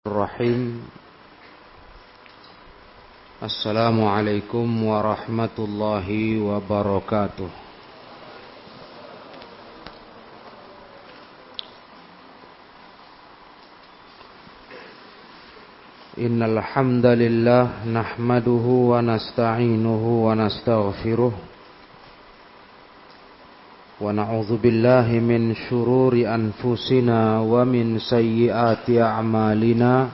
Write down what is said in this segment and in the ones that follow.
Bismillahirrahmanirrahim. Assalamualaikum warahmatullahi wabarakatuh. Innal hamdalillah nahmaduhu wa nasta'inuhu wa nastaghfiruh wa na'udzu billahi min syururi anfusina wa min sayyiati a'malina.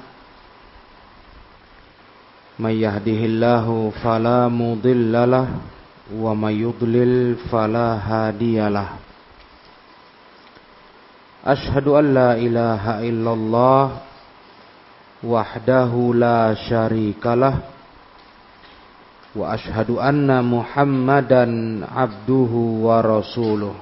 May yahdihillahu fala mudhillalah wa may yudlil fala hadiyalah. Asyhadu an la ilaha illallah wahdahu la syarikalah wa asyhadu anna Muhammadan abduhu wa rasuluh.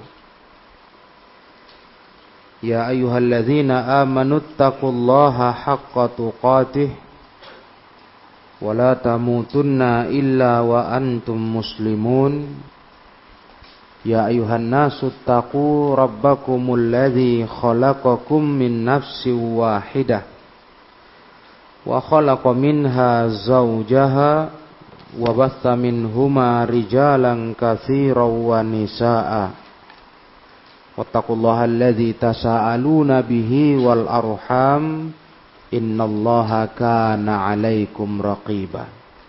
Ya ayyuhalladzina amanuttaqullaha haqqa tuqatih wa la tamutunna illa wa antum muslimun. Ya ayyuhan nasu taqu rabbakumul ladzi khalaqakum min nafsin wahidah wa khalaqa minha zawjaha wa batha minhuma rijalan katsiran wa nisaa'a. Wattaqullaha alladzi tasaaluna bihi wal arham innallaha kana 'alaikum raqiba.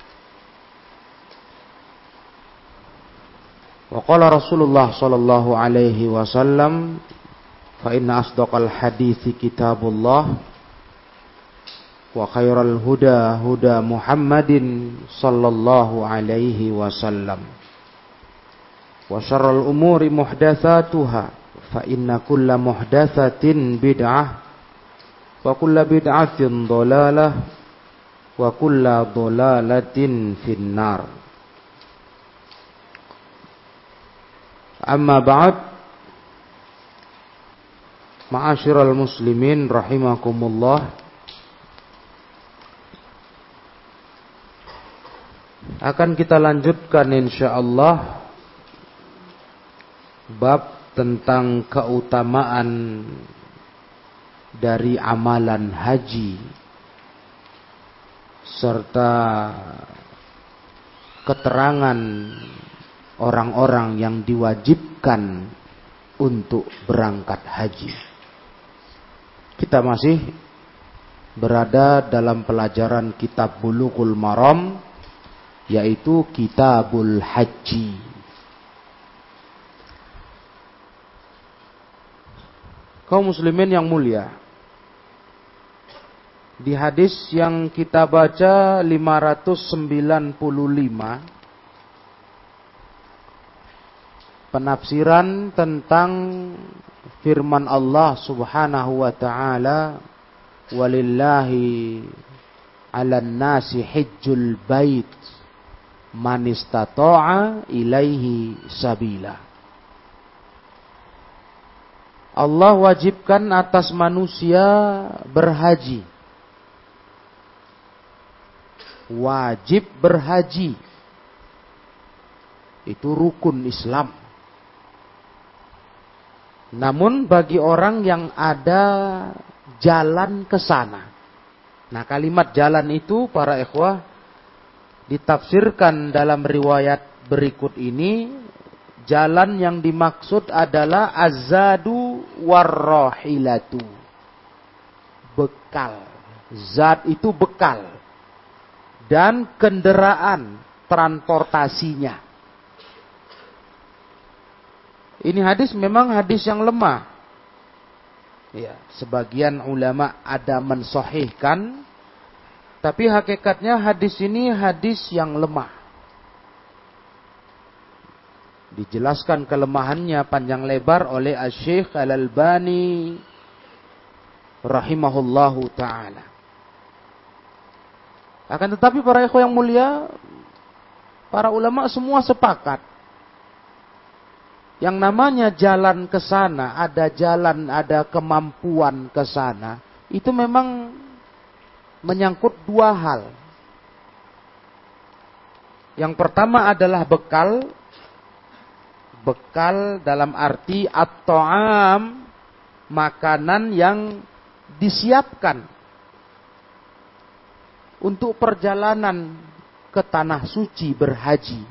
Wa qala Rasulullah sallallahu alaihi wasallam, fa inna asdaqal hadithi kitabullah wa khairal huda huda Muhammadin sallallahu alaihi wasallam wa syarrul umuri muhdatsatuha fa inna kulla muhdatsatin bid'ah wa kulla bid'atin dhalalah wa kulla dhalalatin finnar. Amma ba'd, ma'asyiral muslimin rahimakumullah. Akan kita lanjutkan insyaallah bab tentang keutamaan dari amalan haji serta keterangan orang-orang yang diwajibkan untuk berangkat haji. Kita masih berada dalam pelajaran kitab Bulughul Maram, yaitu Kitabul Haji. Kaum muslimin yang mulia, di hadis yang kita baca 595, penafsiran tentang firman Allah Subhanahu wa taala, walillahi 'alan nasi hajjul bait man istata'a ilaihi sabila. Allah wajibkan atas manusia berhaji. Wajib berhaji. Itu rukun Islam. Namun bagi orang yang ada jalan ke sana. Nah, kalimat jalan itu para ikhwah ditafsirkan dalam riwayat berikut ini, jalan yang dimaksud adalah azadu warrohilatu, bekal. Zad itu bekal dan kendaraan transportasinya. Ini hadis memang hadis yang lemah. Ya, sebagian ulama ada mensahihkan, tapi hakikatnya hadis ini hadis yang lemah. Dijelaskan kelemahannya panjang lebar oleh Asy-Syaikh Al-Albani rahimahullahu ta'ala. Akan tetapi para ikhwan yang mulia, para ulama semua sepakat. Yang namanya jalan ke sana, ada jalan, ada kemampuan ke sana, itu memang menyangkut dua hal. Yang pertama adalah bekal. Bekal dalam arti at-ta'am, makanan yang disiapkan untuk perjalanan ke tanah suci berhaji.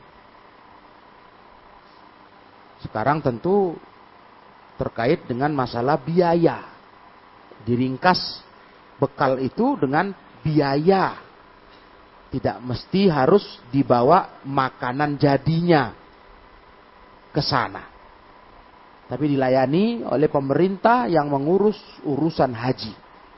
Sekarang tentu terkait dengan masalah biaya. Diringkas bekal itu dengan biaya. Tidak mesti harus dibawa makanan jadinya ke sana. Tapi dilayani oleh pemerintah yang mengurus urusan haji.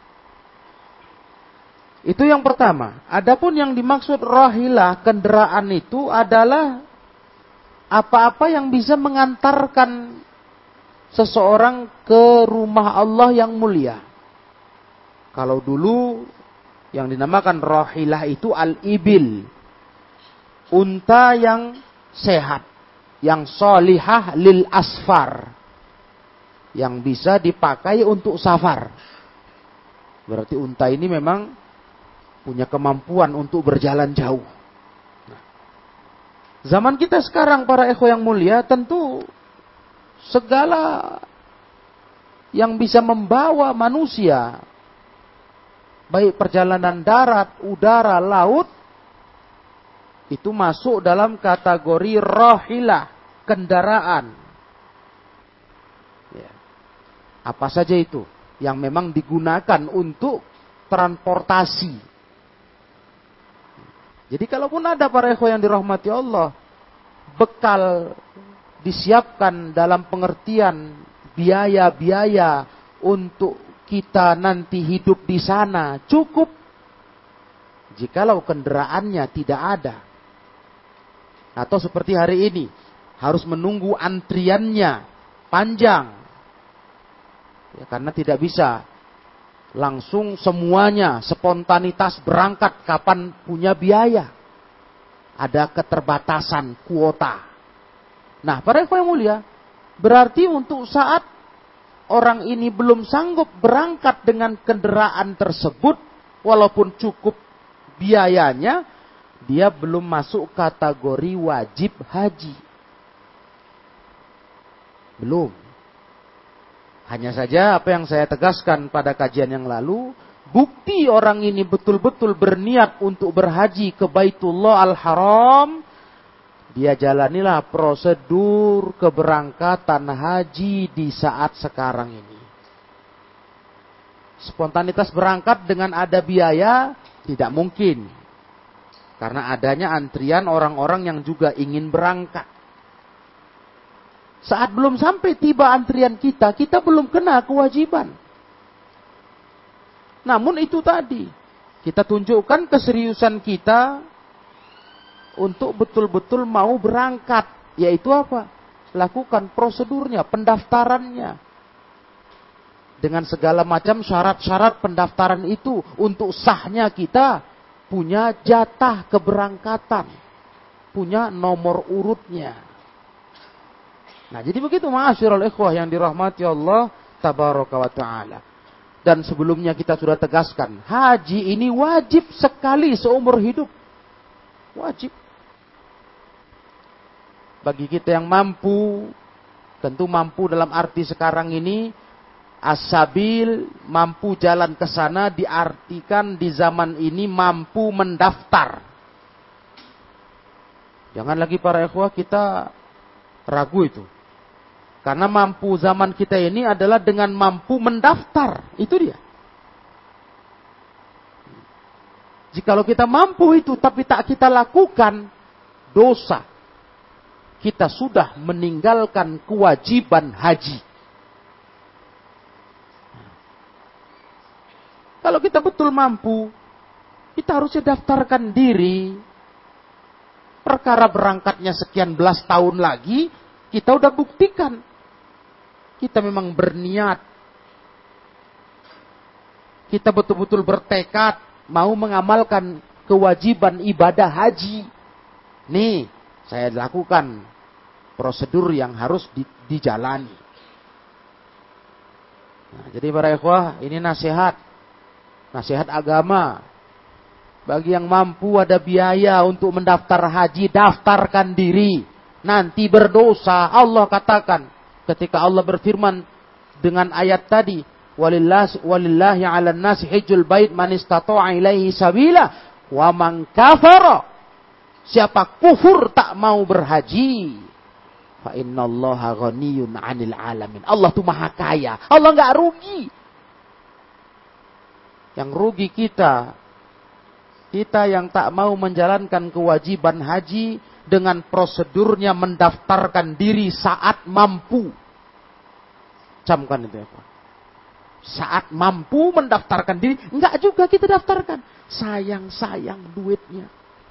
Itu yang pertama. Adapun yang dimaksud rahilah, kendaraan itu adalah apa-apa yang bisa mengantarkan seseorang ke rumah Allah yang mulia. Kalau dulu yang dinamakan rahilah itu al-ibil. Unta yang sehat. Yang solihah lil asfar. Yang bisa dipakai untuk safar. Berarti unta ini memang punya kemampuan untuk berjalan jauh. Nah, zaman kita sekarang para ikhwah yang mulia, tentu segala yang bisa membawa manusia, baik perjalanan darat, udara, laut, itu masuk dalam kategori rahilah, kendaraan. Ya. Apa saja itu yang memang digunakan untuk transportasi. Jadi kalaupun ada para ikhwah yang dirahmati Allah, bekal disiapkan dalam pengertian biaya-biaya untuk kita nanti hidup di sana cukup. Jikalau kendaraannya tidak ada. Atau seperti hari ini, harus menunggu antriannya panjang. Ya, karena tidak bisa langsung semuanya spontanitas berangkat kapan punya biaya. Ada keterbatasan kuota. Nah, para ikhwan yang mulia, berarti untuk saat orang ini belum sanggup berangkat dengan kendaraan tersebut, walaupun cukup biayanya, dia belum masuk kategori wajib haji. Belum. Hanya saja apa yang saya tegaskan pada kajian yang lalu, bukti orang ini betul-betul berniat untuk berhaji ke Baitullah Al-Haram, dia jalanilah prosedur keberangkatan haji di saat sekarang ini. Spontanitas berangkat dengan ada biaya tidak mungkin. Karena adanya antrian orang-orang yang juga ingin berangkat. Saat belum sampai tiba antrian kita, kita belum kena kewajiban. Namun itu tadi, kita tunjukkan keseriusan kita untuk betul-betul mau berangkat. Yaitu apa? Lakukan prosedurnya, pendaftarannya. Dengan segala macam syarat-syarat pendaftaran itu. Untuk sahnya kita punya jatah keberangkatan. Punya nomor urutnya. Nah, jadi begitu ma'asyiral ikhwah yang dirahmati Allah tabaraka wa ta'ala. Dan sebelumnya kita sudah tegaskan, haji ini wajib sekali seumur hidup. Wajib. Bagi kita yang mampu, tentu mampu dalam arti sekarang ini, as-sabil, mampu jalan ke sana, diartikan di zaman ini mampu mendaftar. Jangan lagi para ikhwah kita ragu itu. Karena mampu zaman kita ini adalah dengan mampu mendaftar. Itu dia. Jikalau kita mampu itu tapi tak kita lakukan, dosa. Kita sudah meninggalkan kewajiban haji. Kalau kita betul mampu, kita harusnya daftarkan diri. Perkara berangkatnya sekian belas tahun lagi, kita udah buktikan. Kita memang berniat. Kita betul-betul bertekad mau mengamalkan kewajiban ibadah haji. Nih, saya lakukan prosedur yang harus dijalani. Nah, jadi para ikhwah, ini nasihat. Nasihat agama. Bagi yang mampu ada biaya untuk mendaftar haji, daftarkan diri. Nanti berdosa. Allah katakan. Ketika Allah berfirman dengan ayat tadi. Walillahi 'alan nasi hijjul bait man istata'a ilaihi sabila. Wa man kafara, siapa kufur tak mau berhaji, fa innallaha ghaniyun 'anil 'alamin. Allah tuh maha kaya. Allah enggak rugi. Yang rugi kita yang tak mau menjalankan kewajiban haji dengan prosedurnya mendaftarkan diri saat mampu. Camkan itu ya Pak. Saat mampu mendaftarkan diri, enggak juga kita daftarkan. Sayang duitnya.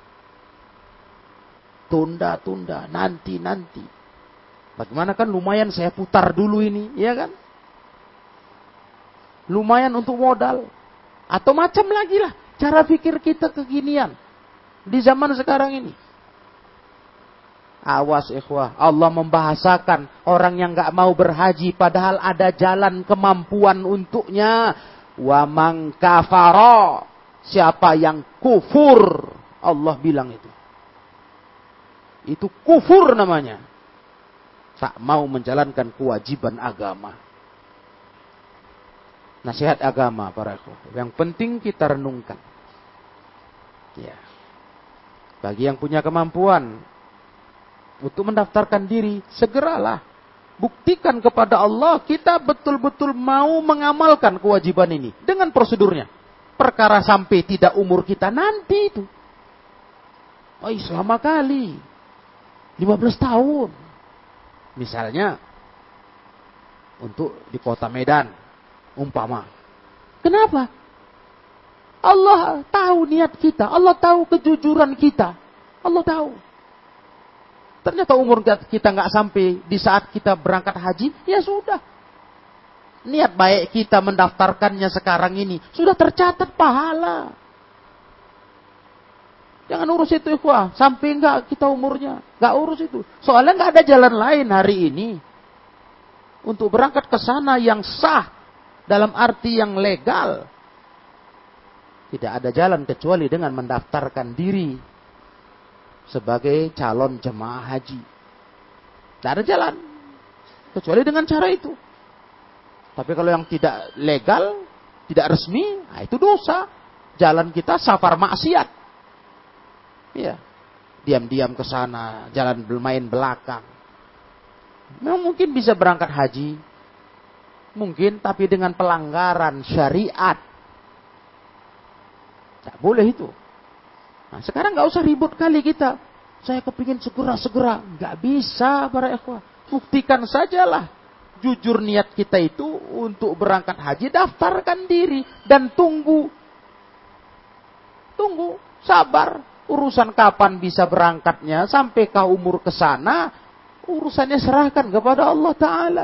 Tunda, nanti. Bagaimana kan lumayan saya putar dulu ini, ya kan? Lumayan untuk modal. Atau macam lagi lah. Cara pikir kita kekinian. Di zaman sekarang ini. Awas ikhwah. Allah membahasakan orang yang gak mau berhaji. Padahal ada jalan kemampuan untuknya. Wa man kafara. Siapa yang kufur. Allah bilang itu. Itu kufur namanya. Tak mau menjalankan kewajiban agama. Nasihat agama para ikhwah. Yang penting kita renungkan. Ya. Bagi yang punya kemampuan untuk mendaftarkan diri, segeralah. Buktikan kepada Allah kita betul-betul mau mengamalkan kewajiban ini dengan prosedurnya. Perkara sampai tidak umur kita nanti itu. Oh, selama kali 15 tahun. Misalnya untuk di kota Medan umpama. Kenapa? Allah tahu niat kita, Allah tahu kejujuran kita. Allah tahu. Ternyata umur kita nggak sampai di saat kita berangkat haji, ya sudah. Niat baik kita mendaftarkannya sekarang ini sudah tercatat pahala. Jangan urus itu ikhwah, sampai nggak kita umurnya, nggak urus itu. Soalnya nggak ada jalan lain hari ini untuk berangkat ke sana yang sah dalam arti yang legal. Tidak ada jalan kecuali dengan mendaftarkan diri sebagai calon jemaah haji. Tidak ada jalan kecuali dengan cara itu. Tapi kalau yang tidak legal, tidak resmi, nah itu dosa. Jalan kita safar maksiat. Ya, diam-diam ke sana, jalan bermain belakang. Memang mungkin bisa berangkat haji, mungkin, tapi dengan pelanggaran syariat. Tak boleh itu. Nah, sekarang nggak usah ribut kali kita. Saya kepingin segera. Nggak bisa para ikhwah. Buktikan sajalah. Jujur niat kita itu untuk berangkat haji, daftarkan diri dan tunggu. Tunggu, sabar. Urusan kapan bisa berangkatnya, sampaikah umur ke sana, urusannya serahkan kepada Allah Ta'ala.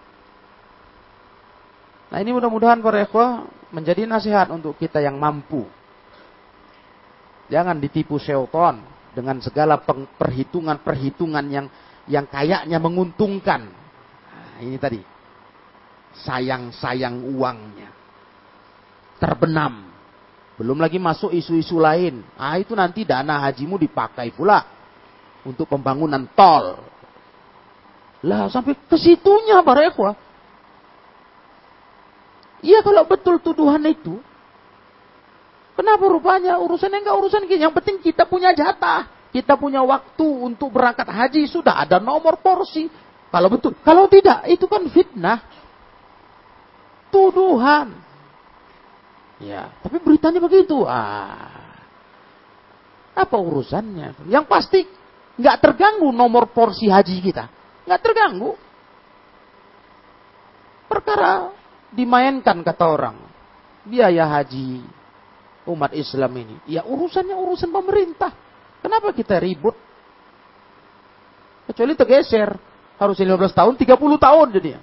Nah, ini mudah-mudahan para ikhwah menjadi nasihat untuk kita yang mampu. Jangan ditipu syaitan dengan segala perhitungan-perhitungan yang kayaknya menguntungkan. Nah, ini tadi. Sayang uangnya. Terbenam. Belum lagi masuk isu-isu lain. Ah, itu nanti dana hajimu dipakai pula untuk pembangunan tol. Lah, sampai ke situnya para ikhwah. Iya, kalau betul tuduhan itu. Kenapa rupanya urusannya enggak urusan kita. Yang penting kita punya jatah. Kita punya waktu untuk berangkat haji. Sudah ada nomor porsi. Kalau betul. Kalau tidak, itu kan fitnah. Tuduhan. Ya, tapi beritanya begitu. Apa urusannya? Yang pasti enggak terganggu nomor porsi haji kita. Enggak terganggu. Perkara dimainkan kata orang. Biaya haji umat Islam ini. Ya urusannya urusan pemerintah. Kenapa kita ribut? Kecuali tergeser. Harusnya 15 tahun, 30 tahun jadinya.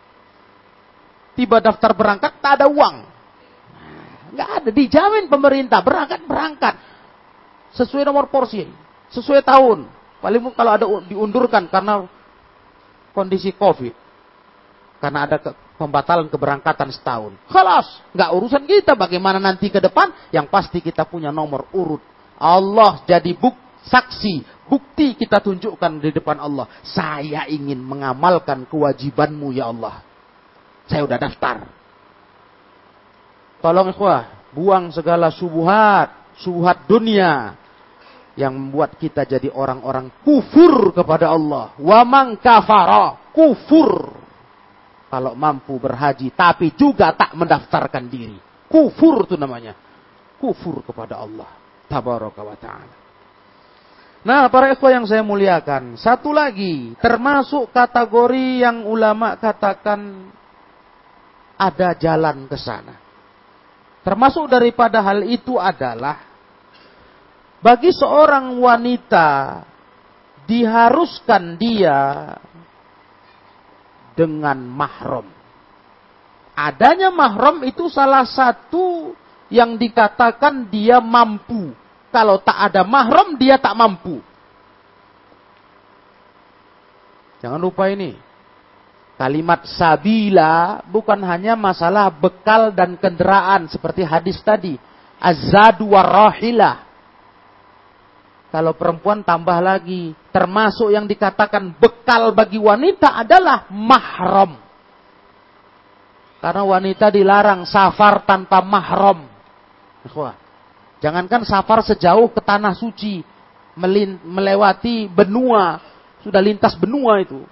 Tiba daftar berangkat, tak ada uang. Nggak ada. Dijamin pemerintah. Berangkat. Sesuai nomor porsi. Sesuai tahun. Paling kalau ada diundurkan karena kondisi COVID. Karena ada pembatalan keberangkatan setahun. Khalas. Nggak urusan kita. Bagaimana nanti ke depan. Yang pasti kita punya nomor urut. Allah jadi saksi. Bukti kita tunjukkan di depan Allah. Saya ingin mengamalkan kewajibanmu ya Allah. Saya udah daftar. Tolong ikhwah. Buang segala subuhat. syubhat dunia yang membuat kita jadi orang-orang kufur kepada Allah. Wa man kafara, kufur. Kalau mampu berhaji tapi juga tak mendaftarkan diri. Kufur itu namanya. Kufur kepada Allah tabaraka wa ta'ala. Nah, para ikhwah yang saya muliakan, satu lagi termasuk kategori yang ulama katakan ada jalan ke sana. Termasuk daripada hal itu adalah bagi seorang wanita diharuskan dia dengan mahram. Adanya mahram itu salah satu yang dikatakan dia mampu. Kalau tak ada mahram dia tak mampu. Jangan lupa ini. Kalimat sabila bukan hanya masalah bekal dan kendaraan seperti hadis tadi. Az-zadu war-rahilah. Kalau perempuan tambah lagi. Termasuk yang dikatakan bekal bagi wanita adalah mahram. Karena wanita dilarang safar tanpa mahram. Jangankan safar sejauh ke tanah suci. Melewati benua. Sudah lintas benua itu.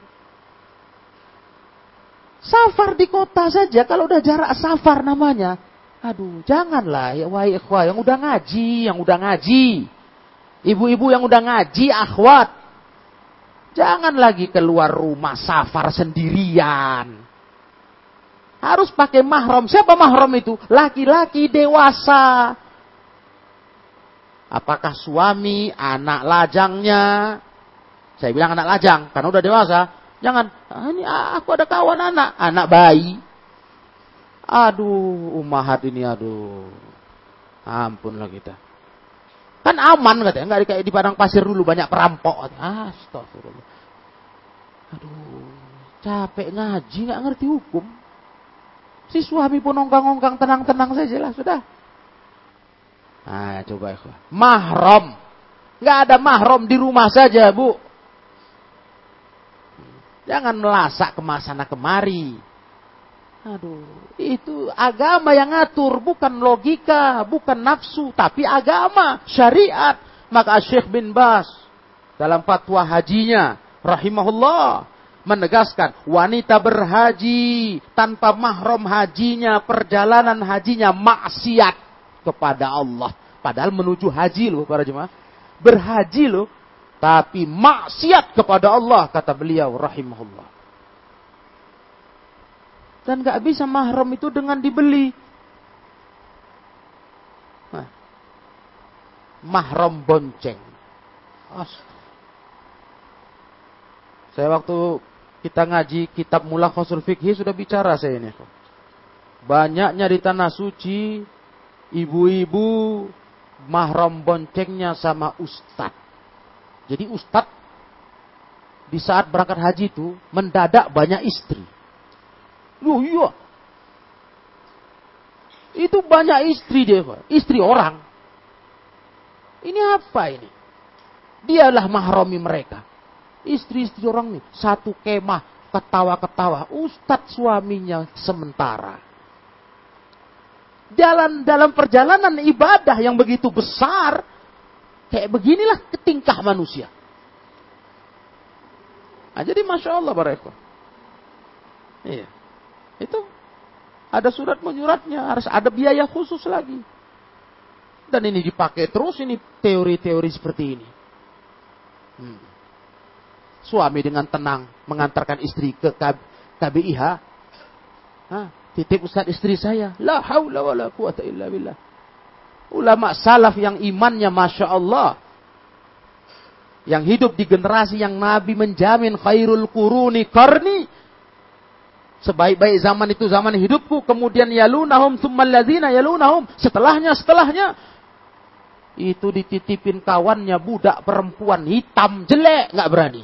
Safar di kota saja. Kalau udah jarak safar namanya. Aduh, janganlah ya wahai ikhwah yang udah ngaji. Ibu-ibu yang udah ngaji, akhwat. Jangan lagi keluar rumah safar sendirian. Harus pakai mahram. Siapa mahram itu? Laki-laki dewasa. Apakah suami, anak lajangnya? Saya bilang anak lajang, karena udah dewasa. Jangan, ini aku ada kawan anak bayi. Aduh, umahat ini aduh. Ampunlah kita. Kan aman katanya, enggak kayak di padang pasir dulu banyak perampok. Astagfirullah. Aduh, capek ngaji, enggak ngerti hukum. Si suami pun ongkang-ongkang tenang-tenang saja lah, sudah. Nah, coba ikhwah. Mahram. Enggak ada mahram di rumah saja, Bu. Jangan melasak kemasana kemari. Aduh, itu agama yang ngatur, bukan logika, bukan nafsu, tapi agama, syariat. Maka Syekh bin Baz dalam fatwa hajinya, rahimahullah, menegaskan wanita berhaji tanpa mahram hajinya, perjalanan hajinya maksiat kepada Allah. Padahal menuju haji loh para jemaah. Berhaji loh, tapi maksiat kepada Allah, kata beliau rahimahullah. Dan gak bisa mahram itu dengan dibeli. Nah, mahram bonceng. Saya waktu kita ngaji kitab Mulakhazul Fiqhi sudah bicara saya ini. Banyaknya di tanah suci, ibu-ibu mahram boncengnya sama ustad. Jadi ustad di saat berangkat haji itu mendadak banyak istri. Loh iya. Itu banyak istri dia, Pak. Istri orang. Ini apa ini? Dialah mahrami mereka. Istri-istri orang nih. Satu kemah, ketawa-ketawa. Ustadz suaminya sementara. Dalam perjalanan ibadah yang begitu besar. Kayak beginilah tingkah manusia. Nah, jadi Masya Allah barakah. Iya. Itu ada surat menyuratnya, harus ada biaya khusus lagi. Dan ini dipakai terus ini teori-teori seperti ini. Suami dengan tenang mengantarkan istri ke KBIH. Titip ustaz istri saya. La haula wa la quwata illa billah. Ulama salaf yang imannya Masya Allah. Yang hidup di generasi yang Nabi menjamin khairul quruni qarni. Sebaik-baik zaman itu zaman hidupku. Kemudian yalunahum tsummal ladzina yalunahum. Setelahnya. Itu dititipin kawannya budak perempuan hitam jelek. Nggak berani.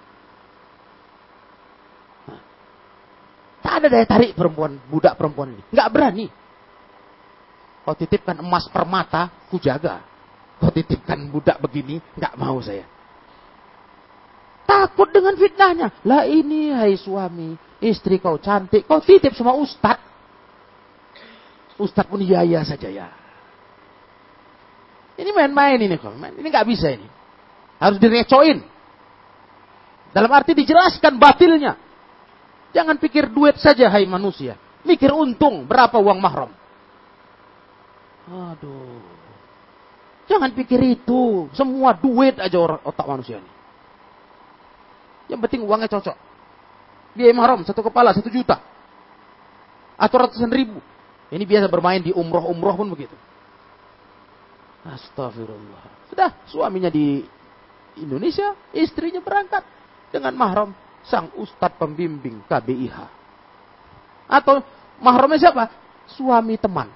Tak ada daya tarik budak perempuan ini. Nggak berani. Kau titipkan emas permata, ku jaga. Kau titipkan budak begini, nggak mau saya. Takut dengan fitnahnya. Lah ini hai suami, istri kau cantik, kau titip sama ustadz. Ustadz pun iya saja ya. Ini main-main ini kok. Ini nggak bisa ini. Harus direcoin. Dalam arti dijelaskan batilnya. Jangan pikir duit saja, hai manusia. Mikir untung, berapa uang mahram. Aduh. Jangan pikir itu. Semua duit aja otak manusia ini. Yang penting uangnya cocok. Biaya mahram, 1 kepala, 1 juta. Atau ratusan ribu. Ini biasa bermain di umroh pun begitu. Astagfirullah. Sudah, suaminya di Indonesia, istrinya berangkat dengan mahram sang ustadz pembimbing KBIH. Atau mahramnya siapa? Suami teman.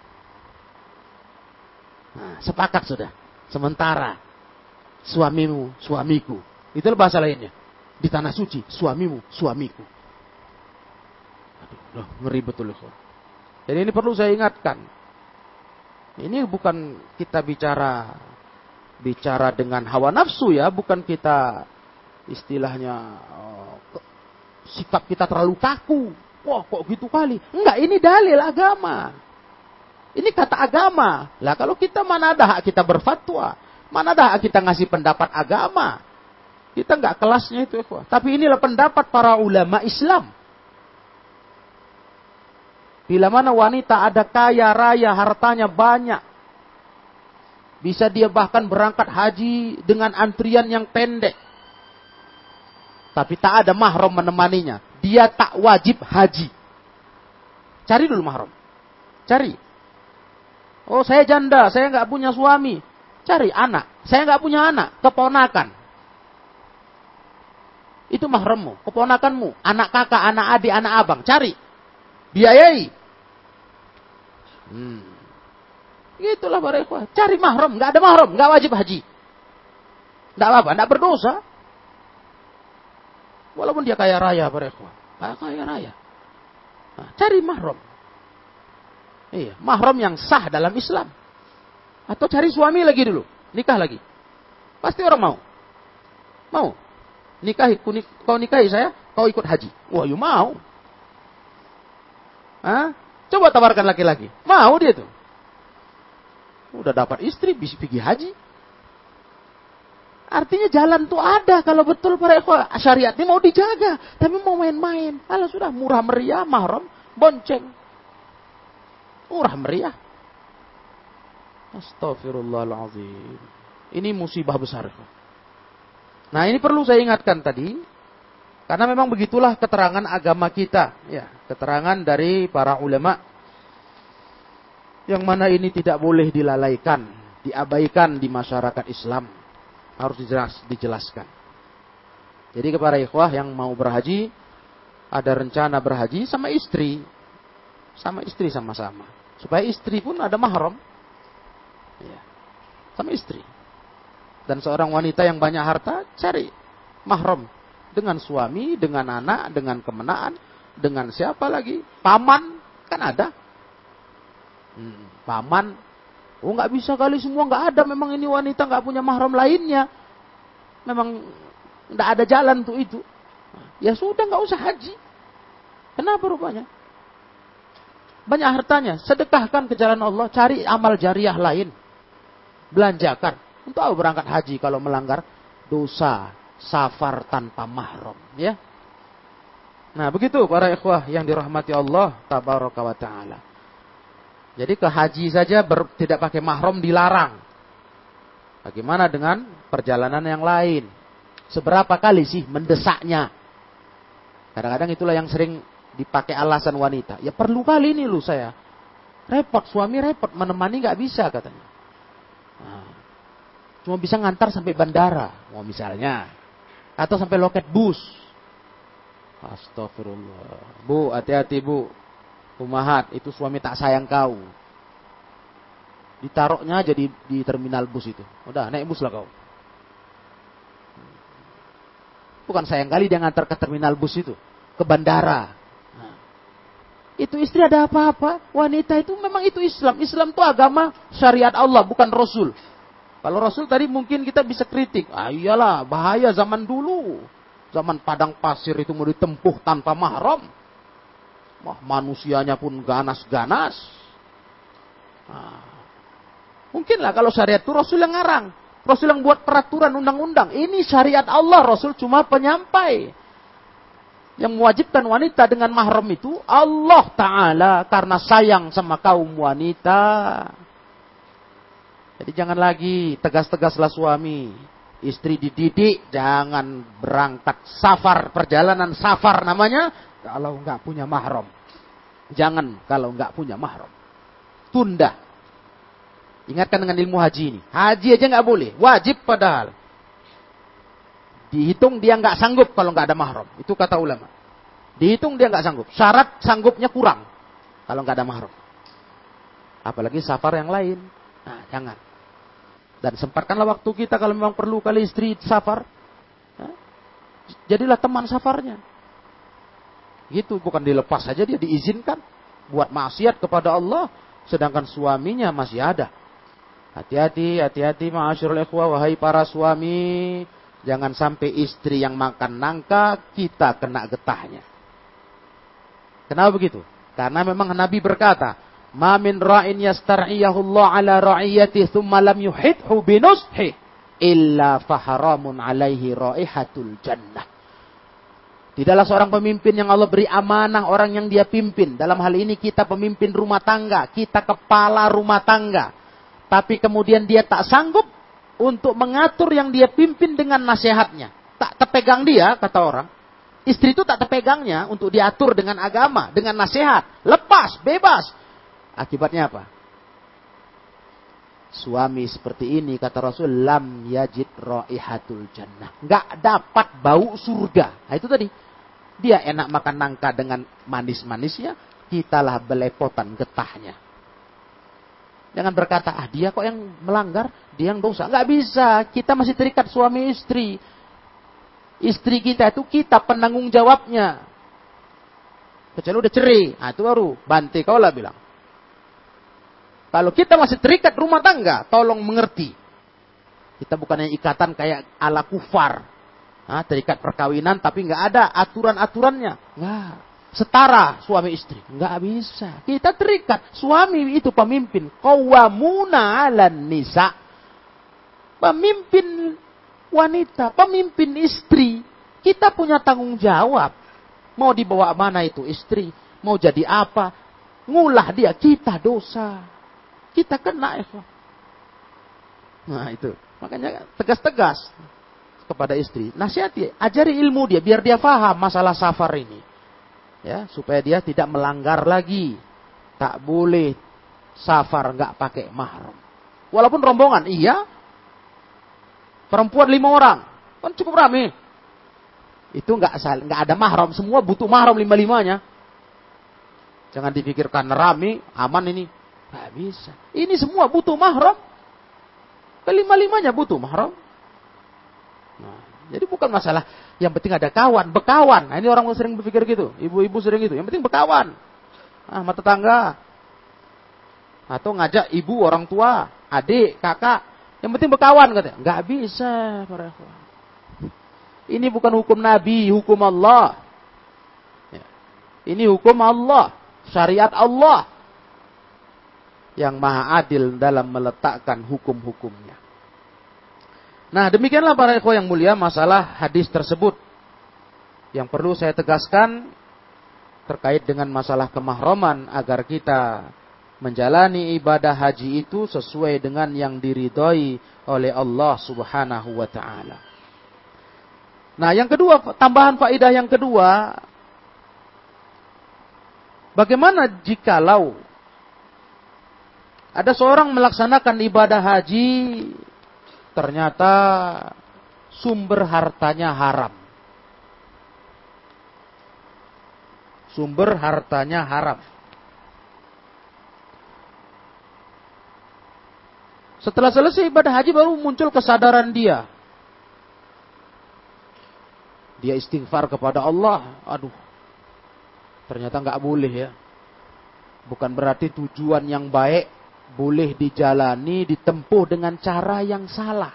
Nah, sepakat sudah. Sementara suamimu, suamiku. Itulah bahasa lainnya. Di tanah suci, suamimu, suamiku. Aduh, ngeri betul. Jadi ini perlu saya ingatkan. Ini bukan kita bicara dengan hawa nafsu ya, bukan kita istilahnya sikap kita terlalu kaku. Wah, kok gitu kali? Enggak, ini dalil agama. Ini kata agama. Lah kalau kita mana ada hak kita berfatwa? Mana ada hak kita ngasih pendapat agama? Kita enggak kelasnya itu, ikhwah. Tapi inilah pendapat para ulama Islam. Bila mana wanita ada kaya raya, hartanya banyak. Bisa dia bahkan berangkat haji dengan antrian yang pendek. Tapi tak ada mahram menemaninya. Dia tak wajib haji. Cari dulu mahram. Cari. Oh, saya janda, saya nggak punya suami. Cari anak. Saya nggak punya anak, keponakan. Itu mahrammu, keponakanmu, anak kakak, anak adik, anak abang. Cari. Biayai. Itulah para ikhwah. Cari mahram, nggak ada mahram, nggak wajib haji. Nggak apa-apa, nggak berdosa. Walaupun dia kaya raya para ikhwah. Kaya raya. Nah, cari mahram. Iya, mahram yang sah dalam Islam. Atau cari suami lagi dulu, nikah lagi. Pasti orang mau. Mau. Kau nikahi saya, kau ikut haji. Wah, you mau. Hah? Coba tawarkan laki-laki. Mau dia tuh. Udah dapat istri, bisa pergi haji. Artinya jalan tuh ada. Kalau betul para ikhwah, syariat ini mau dijaga. Tapi mau main-main. Kalau sudah murah meriah, mahram, bonceng. Murah meriah. Astagfirullahaladzim. Ini musibah besar. Nah, ini perlu saya ingatkan tadi. Karena memang begitulah keterangan agama kita. Ya, keterangan dari para ulama. Yang mana ini tidak boleh dilalaikan. Diabaikan di masyarakat Islam. Harus dijelaskan. Jadi kepada ikhwah yang mau berhaji. Ada rencana berhaji sama istri. Sama istri sama-sama. Supaya istri pun ada mahram. Ya, sama istri. Dan seorang wanita yang banyak harta. Cari mahram. Dengan suami, dengan anak, dengan kemenaan, dengan siapa lagi? Paman, kan ada. Paman, oh nggak bisa kali semua, nggak ada. Memang ini wanita nggak punya mahram lainnya. Memang nggak ada jalan tuh itu. Ya sudah, nggak usah haji. Kenapa rupanya? Banyak hartanya, sedekahkan ke jalan Allah, cari amal jariah lain. Belanjakan. Untuk apa berangkat haji kalau melanggar dosa? Safar tanpa mahram, ya. Nah, begitu para ikhwah yang dirahmati Allah tabaraka wa taala. Jadi ke haji saja tidak pakai mahram dilarang. Bagaimana dengan perjalanan yang lain? Seberapa kali sih mendesaknya? Kadang-kadang itulah yang sering dipakai alasan wanita. Ya perlu kali ini loh saya. Repot, suami repot, menemani nggak bisa katanya. Nah, cuma bisa ngantar sampai bandara, mau misalnya. Atau sampai loket bus. Astagfirullah. Bu, hati-hati bu. Umahat, itu suami tak sayang kau. Ditaruhnya aja di terminal bus itu. Udah, naik bus lah kau. Bukan sayang kali dia ngantar ke terminal bus itu. Ke bandara. Nah, itu istri ada apa-apa. Wanita itu memang itu Islam. Islam itu agama syariat Allah, bukan Rasul. Kalau Rasul tadi mungkin kita bisa kritik. Ah iyalah, bahaya zaman dulu. Zaman padang pasir itu mau ditempuh tanpa mahram. Wah, manusianya pun ganas-ganas. Nah, Mungkinlah kalau syariat itu Rasul yang ngarang. Rasul yang buat peraturan undang-undang. Ini syariat Allah, Rasul cuma penyampai. Yang mewajibkan wanita dengan mahram itu Allah Ta'ala karena sayang sama kaum wanita. Jadi jangan lagi tegas-tegaslah suami. Istri dididik, jangan berangkat safar, perjalanan safar namanya, kalau nggak punya mahram. Jangan kalau nggak punya mahram. Tunda. Ingatkan dengan ilmu haji ini. Haji aja nggak boleh, wajib padahal. Dihitung dia nggak sanggup kalau nggak ada mahram. Itu kata ulama. Dihitung dia nggak sanggup. Syarat sanggupnya kurang kalau nggak ada mahram. Apalagi safar yang lain. Nah, jangan. Dan sempatkanlah waktu kita kalau memang perlu kali istri safar. Jadilah teman safarnya. Gitu, bukan dilepas saja dia diizinkan buat maksiat kepada Allah, sedangkan suaminya masih ada. Hati-hati ma'asyiral ikhwah, wahai para suami, jangan sampai istri yang makan nangka kita kena getahnya. Kenapa begitu? Karena memang Nabi berkata, "Ma min ra'in yastar'iyahullah 'ala ra'iyatihi tsumma lam yuhidhu binushi illa faharamun 'alaihi raihatul jannah." Tidaklah seorang pemimpin yang Allah beri amanah orang yang dia pimpin. Dalam hal ini kita pemimpin rumah tangga, kita kepala rumah tangga. Tapi kemudian dia tak sanggup untuk mengatur yang dia pimpin dengan nasihatnya. Tak terpegang dia, kata orang. Istri itu tak terpegangnya untuk diatur dengan agama, dengan nasihat. Lepas, bebas. Akibatnya apa? Suami seperti ini, kata Rasul, lam yajid raihatul jannah. Nggak dapat bau surga. Nah, itu tadi. Dia enak makan nangka dengan manis-manisnya, kitalah belepotan getahnya. Jangan berkata, dia kok yang melanggar, dia yang dosa. Nggak bisa, kita masih terikat suami istri. Istri kita itu kita penanggung jawabnya. Kecuali udah cerai, nah itu baru bantai kau lah bilang. Kalau kita masih terikat rumah tangga, tolong mengerti. Kita bukannya ikatan kayak ala kufar. Nah, terikat perkawinan tapi nggak ada aturan-aturannya. Nggak. Setara suami istri. Nggak bisa. Kita terikat. Suami itu pemimpin. Qawwamuna 'alan nisa. Pemimpin wanita. Pemimpin istri. Kita punya tanggung jawab. Mau dibawa mana itu istri. Mau jadi apa. Ngulah dia. Kita dosa. Kita kena. Nah itu. Makanya tegas-tegas kepada istri. Nasihati. Ajari ilmu dia. Biar dia paham masalah safar ini. Ya, supaya dia tidak melanggar lagi. Tak boleh safar nggak pakai mahram. Walaupun rombongan, iya. Perempuan 5 orang, kan cukup rame. Itu nggak ada mahram, semua butuh mahram 5-5-nya. Jangan dipikirkan rame, aman ini. Nggak bisa. Ini semua butuh mahram. Ke-5-5-nya butuh mahram. Nah, jadi bukan masalah yang penting ada kawan, bekawan. Nah, ini orang sering berpikir gitu. Ibu-ibu sering gitu. Yang penting bekawan. Sama tetangga. Atau ngajak ibu, orang tua, adik, kakak. Yang penting bekawan katanya. Enggak bisa. Ini bukan hukum Nabi, hukum Allah. Ya. Ini hukum Allah. Syariat Allah. Yang maha adil dalam meletakkan hukum-hukumnya. Nah, demikianlah para ikhwah yang mulia masalah hadis tersebut. Yang perlu saya tegaskan terkait dengan masalah kemahraman agar kita menjalani ibadah haji itu sesuai dengan yang diridhoi oleh Allah Subhanahu wa taala. Nah, yang kedua, tambahan faedah yang kedua, bagaimana jikalau ada seorang melaksanakan ibadah haji ternyata sumber hartanya haram. Sumber hartanya haram. Setelah selesai ibadah haji baru muncul kesadaran dia. Dia istighfar kepada Allah. Aduh, ternyata nggak boleh ya. Bukan berarti tujuan yang baik boleh dijalani, ditempuh dengan cara yang salah.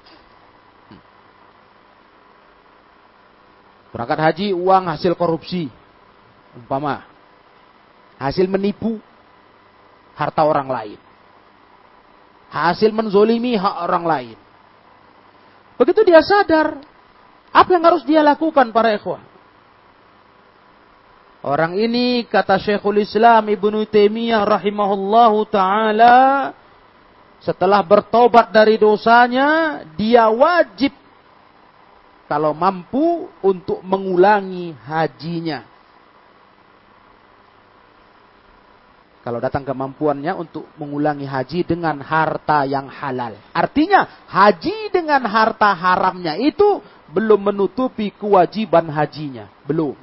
Berangkat haji, uang hasil korupsi. Umpama. Hasil menipu harta orang lain. hasil menzolimi hak orang lain. Begitu dia sadar, apa yang harus dia lakukan para ikhwah? Orang ini kata Syekhul Islam Ibnu Taimiyah rahimahullahu taala, setelah bertobat dari dosanya, dia wajib kalau mampu untuk mengulangi hajinya. Kalau datang kemampuannya untuk mengulangi haji dengan harta yang halal. Artinya haji dengan harta haramnya itu belum menutupi kewajiban hajinya. Belum.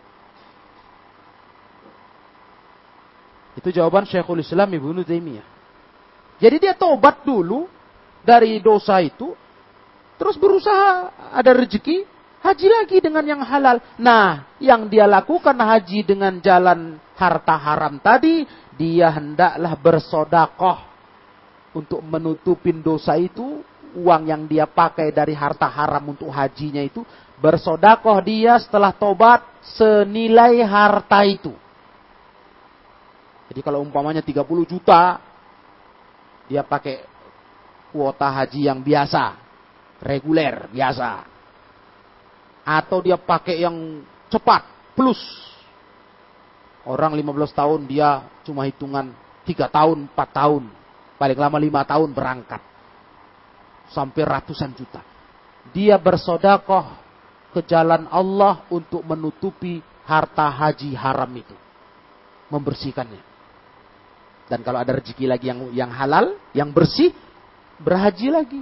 Itu jawaban Syekhul Islam Ibnu Taimiyah. Jadi dia tobat dulu dari dosa itu, terus berusaha ada rezeki, haji lagi dengan yang halal. Nah, yang dia lakukan haji dengan jalan harta haram tadi, dia hendaklah bersodakoh untuk menutupin dosa itu. Uang yang dia pakai dari harta haram untuk hajinya itu, bersodakoh dia setelah tobat senilai harta itu. Jadi kalau umpamanya 30 juta, dia pakai kuota haji yang biasa, reguler, biasa. Atau dia pakai yang cepat, plus. Orang 15 tahun dia cuma hitungan 3 tahun, 4 tahun. Paling lama 5 tahun berangkat. Sampai ratusan juta. Dia bersodakoh ke jalan Allah untuk menutupi harta haji haram itu. Membersihkannya. Dan kalau ada rezeki lagi yang halal, yang bersih, berhaji lagi.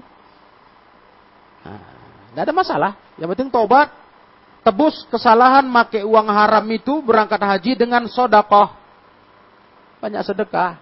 Tidak ada masalah. Yang penting tobat, tebus kesalahan, pakai uang haram itu, berangkat haji dengan sodakoh. Banyak sedekah.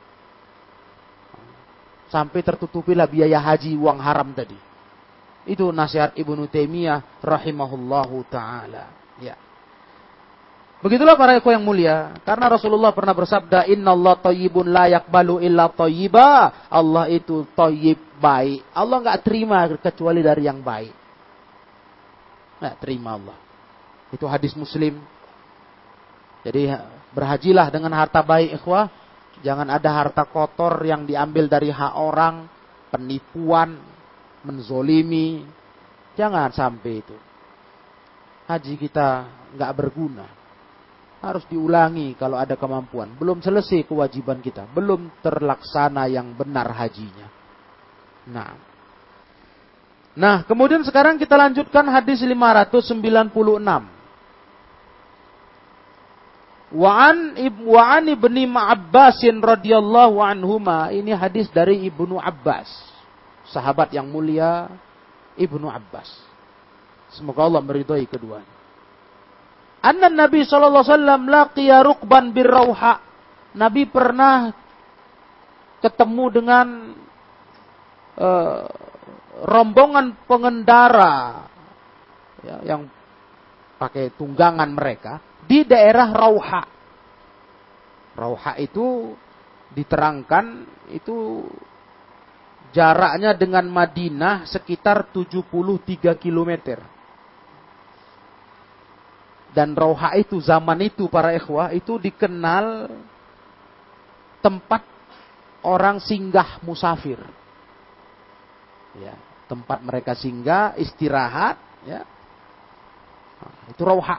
Sampai tertutupilah biaya haji uang haram tadi. Itu nasihat Ibnu Taimiyah rahimahullahu ta'ala. Ya. Begitulah para ikhwan yang mulia. Karena Rasulullah pernah bersabda, Innallaha thayyibun la yaqbalu illa thayyiba. Allah itu thayyib, baik. Allah enggak terima kecuali dari yang baik. Enggak terima Allah. Itu hadis Muslim. Jadi berhajilah dengan harta baik ikhwah. Jangan ada harta kotor yang diambil dari hak orang. Penipuan. Menzolimi. Jangan sampai itu. Haji kita enggak berguna. Harus diulangi kalau ada kemampuan. Belum selesai kewajiban kita. Belum terlaksana yang benar hajinya. Nah, kemudian sekarang kita lanjutkan hadis 596. Wa'an ibni Abbasin radhiyallahu anhuma. Ini hadis dari Ibnu Abbas. Sahabat yang mulia Ibnu Abbas. Semoga Allah meridhai keduanya. Anna Nabi sallallahu alaihi wasallam laqiya rukban birrauha. Nabi pernah ketemu dengan rombongan pengendara ya, yang pakai tunggangan mereka di daerah Rauha. Rauha itu diterangkan itu jaraknya dengan Madinah sekitar 73 kilometer. Dan Rauha itu zaman itu para ikhwah itu dikenal tempat orang singgah musafir. Ya, tempat mereka singgah, istirahat, ya. Itu Rauha.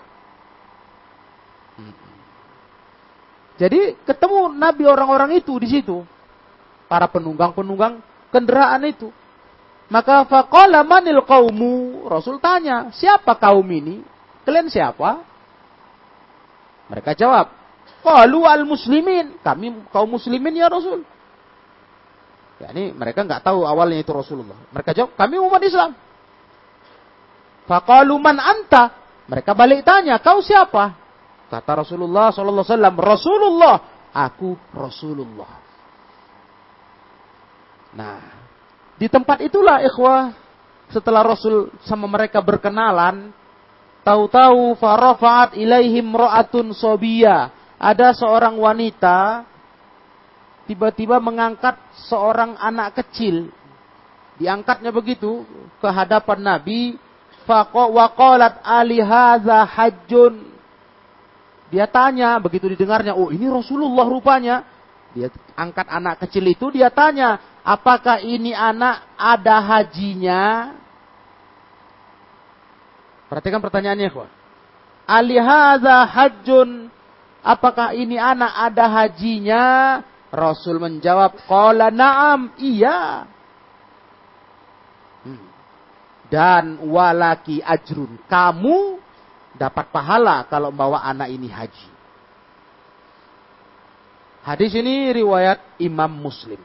Jadi ketemu Nabi orang-orang itu di situ. Para penunggang-penunggang kendaraan itu. Maka faqala manil qaumu? Rasul tanya, siapa kaum ini? Kalian siapa? Mereka jawab, qalu al-muslimin. Kami kaum muslimin ya Rasul. Ya, ini mereka enggak tahu awalnya itu Rasulullah. Mereka jawab, kami umat Islam. Faqalu man anta? Mereka balik tanya, kau siapa? Kata Rasulullah sallallahu alaihi wasallam, Rasulullah, aku Rasulullah. Nah, di tempat itulah ikhwah, setelah Rasul sama mereka berkenalan, tahu-tahu farafa'at ilaihim ra'atun sobiyah. Ada seorang wanita tiba-tiba mengangkat seorang anak kecil. Diangkatnya begitu ke hadapan Nabi. Waqalat ali hadza hajjun. Dia tanya, begitu didengarnya, oh ini Rasulullah rupanya. Dia angkat anak kecil itu, dia tanya, apakah ini anak ada hajinya? Perhatikan pertanyaannya, ikhwan. Alihadza hajjun, apakah ini anak ada hajinya? Rasul menjawab, qala na'am, iya. Dan walaki ajrun, kamu dapat pahala kalau bawa anak ini haji. Hadis ini riwayat Imam Muslim.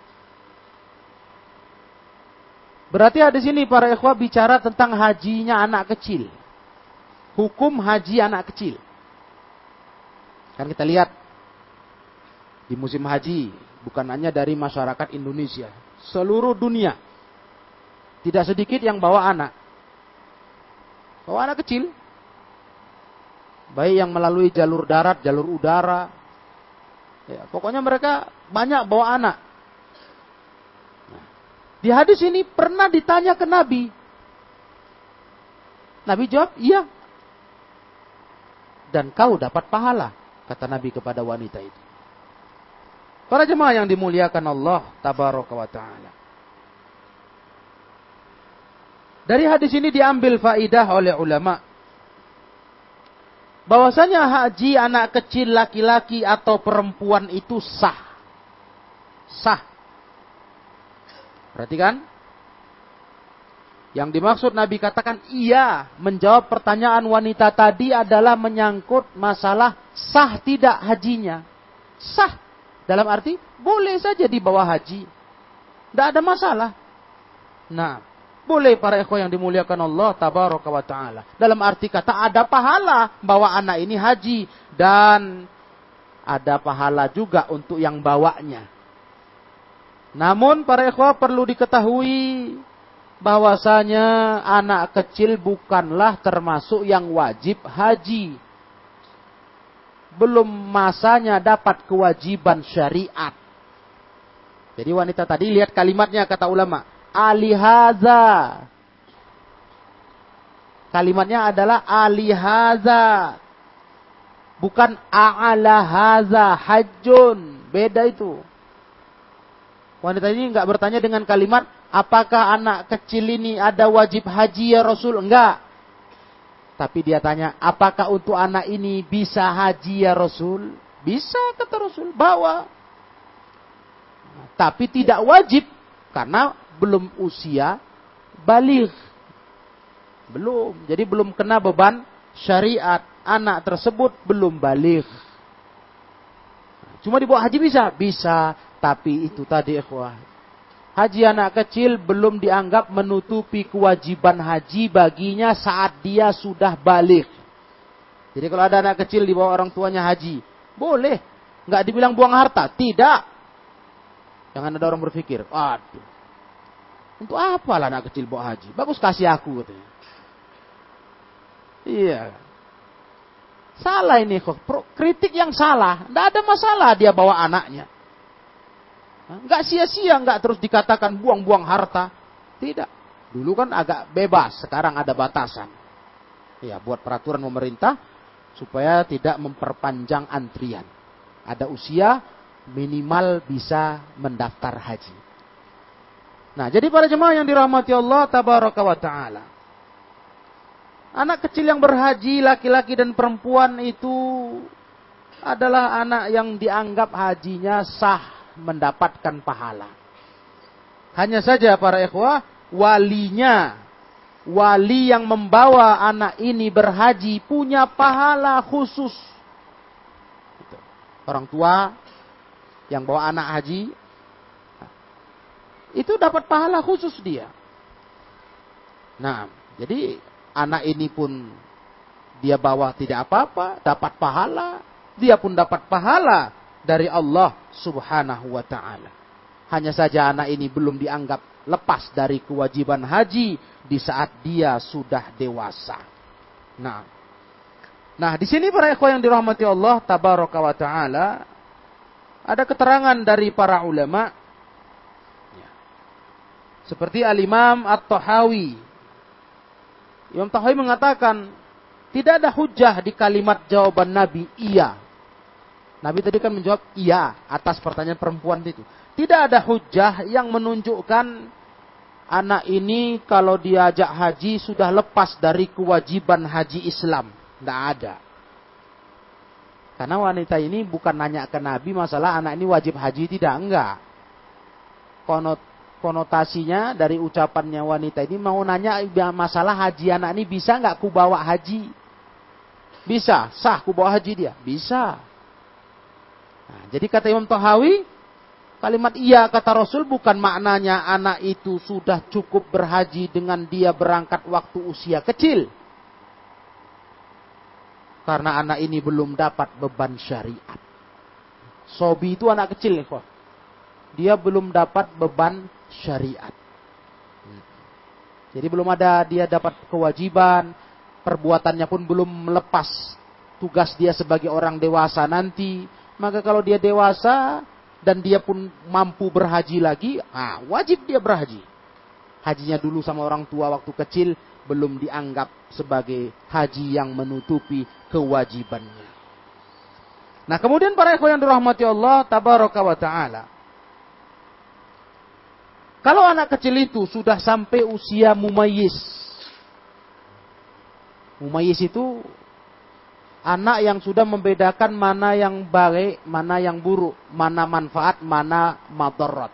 Berarti hadis ini para ikhwah bicara tentang hajinya anak kecil. Hukum haji anak kecil. Kan kita lihat di musim haji, bukan hanya dari masyarakat Indonesia, seluruh dunia. Tidak sedikit yang bawa anak. Bawa anak kecil. Baik yang melalui jalur darat, jalur udara. Ya, pokoknya mereka banyak bawa anak. Nah, di hadis ini pernah ditanya ke Nabi. Nabi jawab, iya. Dan kau dapat pahala, kata Nabi kepada wanita itu. Para jemaah yang dimuliakan Allah tabaraka wa ta'ala. Dari hadis ini diambil faidah oleh ulama bahwasanya haji anak kecil laki-laki atau perempuan itu sah. Sah. Perhatikan. Yang dimaksud Nabi katakan iya, menjawab pertanyaan wanita tadi adalah menyangkut masalah sah tidak hajinya. Sah. Dalam arti boleh saja dibawa haji. Tidak ada masalah. Nah, boleh para ikhwah yang dimuliakan Allah tabaraka wa ta'ala. Dalam arti kata ada pahala bawa anak ini haji. Dan ada pahala juga untuk yang bawanya. Namun para ikhwah perlu diketahui bahwasanya anak kecil bukanlah termasuk yang wajib haji. Belum masanya dapat kewajiban syariat. Jadi wanita tadi lihat kalimatnya kata ulama. Alihaza. Kalimatnya adalah alihaza. Bukan a'alahaza hajjun. Beda itu. Wanita ini enggak bertanya dengan kalimat, apakah anak kecil ini ada wajib haji ya Rasul? Enggak. Tapi dia tanya, apakah untuk anak ini bisa haji ya Rasul? Bisa kata Rasul, bawa. Tapi tidak wajib. Karena belum usia baligh. Belum. Jadi belum kena beban syariat. Anak tersebut belum baligh. Cuma dibawa haji bisa? Bisa. Tapi itu tadi ikhwah. Haji anak kecil belum dianggap menutupi kewajiban haji baginya saat dia sudah baligh. Jadi kalau ada anak kecil dibawa orang tuanya haji. Boleh. Nggak dibilang buang harta. Tidak. Jangan ada orang berpikir, aduh, untuk apa lah anak kecil bawa haji? Bagus kasih aku katanya. Iya. Salah ini kok. Kritik yang salah. Tidak ada masalah dia bawa anaknya. Nggak sia-sia, nggak terus dikatakan buang-buang harta. Tidak. Dulu kan agak bebas. Sekarang ada batasan. Ya, buat peraturan pemerintah supaya tidak memperpanjang antrian. Ada usia minimal bisa mendaftar haji. Nah, jadi para jemaah yang dirahmati Allah tabaraka wa ta'ala. Anak kecil yang berhaji, laki-laki dan perempuan itu adalah anak yang dianggap hajinya sah mendapatkan pahala. Hanya saja para ikhwah, walinya, wali yang membawa anak ini berhaji punya pahala khusus. Orang tua yang bawa anak haji, itu dapat pahala khusus dia. Nah, jadi anak ini pun dia bawa tidak apa-apa, dapat pahala. Dia pun dapat pahala dari Allah subhanahu wa ta'ala. Hanya saja anak ini belum dianggap lepas dari kewajiban haji di saat dia sudah dewasa. Nah, di sini para ikhwan yang dirahmati Allah tabaraka wa ta'ala, ada keterangan dari para ulama. Seperti Al-Imam At-Tahawi. Imam Tahawi mengatakan, tidak ada hujah di kalimat jawaban Nabi, iya. Nabi tadi kan menjawab iya atas pertanyaan perempuan itu. Tidak ada hujjah yang menunjukkan anak ini kalau diajak haji sudah lepas dari kewajiban haji Islam. Tidak ada. Karena wanita ini bukan nanya ke Nabi masalah anak ini wajib haji tidak. Enggak. Konotasinya dari ucapannya wanita ini mau nanya masalah haji anak ini bisa nggak ku bawa haji? Bisa. Sah ku bawa haji dia? Bisa. Nah, jadi kata Imam Tahawi, kalimat iya kata Rasul bukan maknanya anak itu sudah cukup berhaji dengan dia berangkat waktu usia kecil. Karena anak ini belum dapat beban syariat. Sobi itu anak kecil. Dia belum dapat beban syariat. Jadi belum ada dia dapat kewajiban. Perbuatannya pun belum melepas tugas dia sebagai orang dewasa nanti. Maka kalau dia dewasa dan dia pun mampu berhaji lagi, wajib dia berhaji. Hajinya dulu sama orang tua waktu kecil belum dianggap sebagai haji yang menutupi kewajibannya. Nah, kemudian para ikhwan yang dirahmati Allah tabaraka wa taala. Kalau anak kecil itu sudah sampai usia mumayyiz. Mumayyiz itu anak yang sudah membedakan mana yang baik, mana yang buruk, mana manfaat, mana madarat.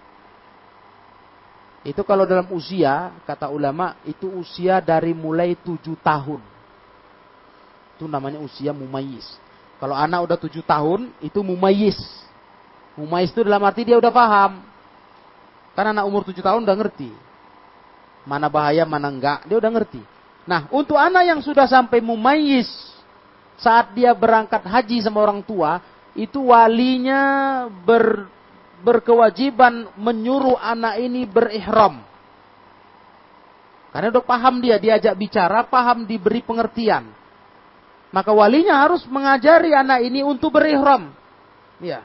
Itu kalau dalam usia, kata ulama, itu usia dari mulai 7 tahun. Itu namanya usia mumayyiz. Kalau anak udah 7 tahun, itu mumayyiz. Mumayyiz itu dalam arti dia udah paham. Karena anak umur 7 tahun udah ngerti. Mana bahaya, mana enggak, dia udah ngerti. Nah, untuk anak yang sudah sampai mumayyiz, saat dia berangkat haji sama orang tua, itu walinya berkewajiban menyuruh anak ini berihram. Karena udah paham dia, diajak bicara, paham diberi pengertian. Maka walinya harus mengajari anak ini untuk berihram. Ya.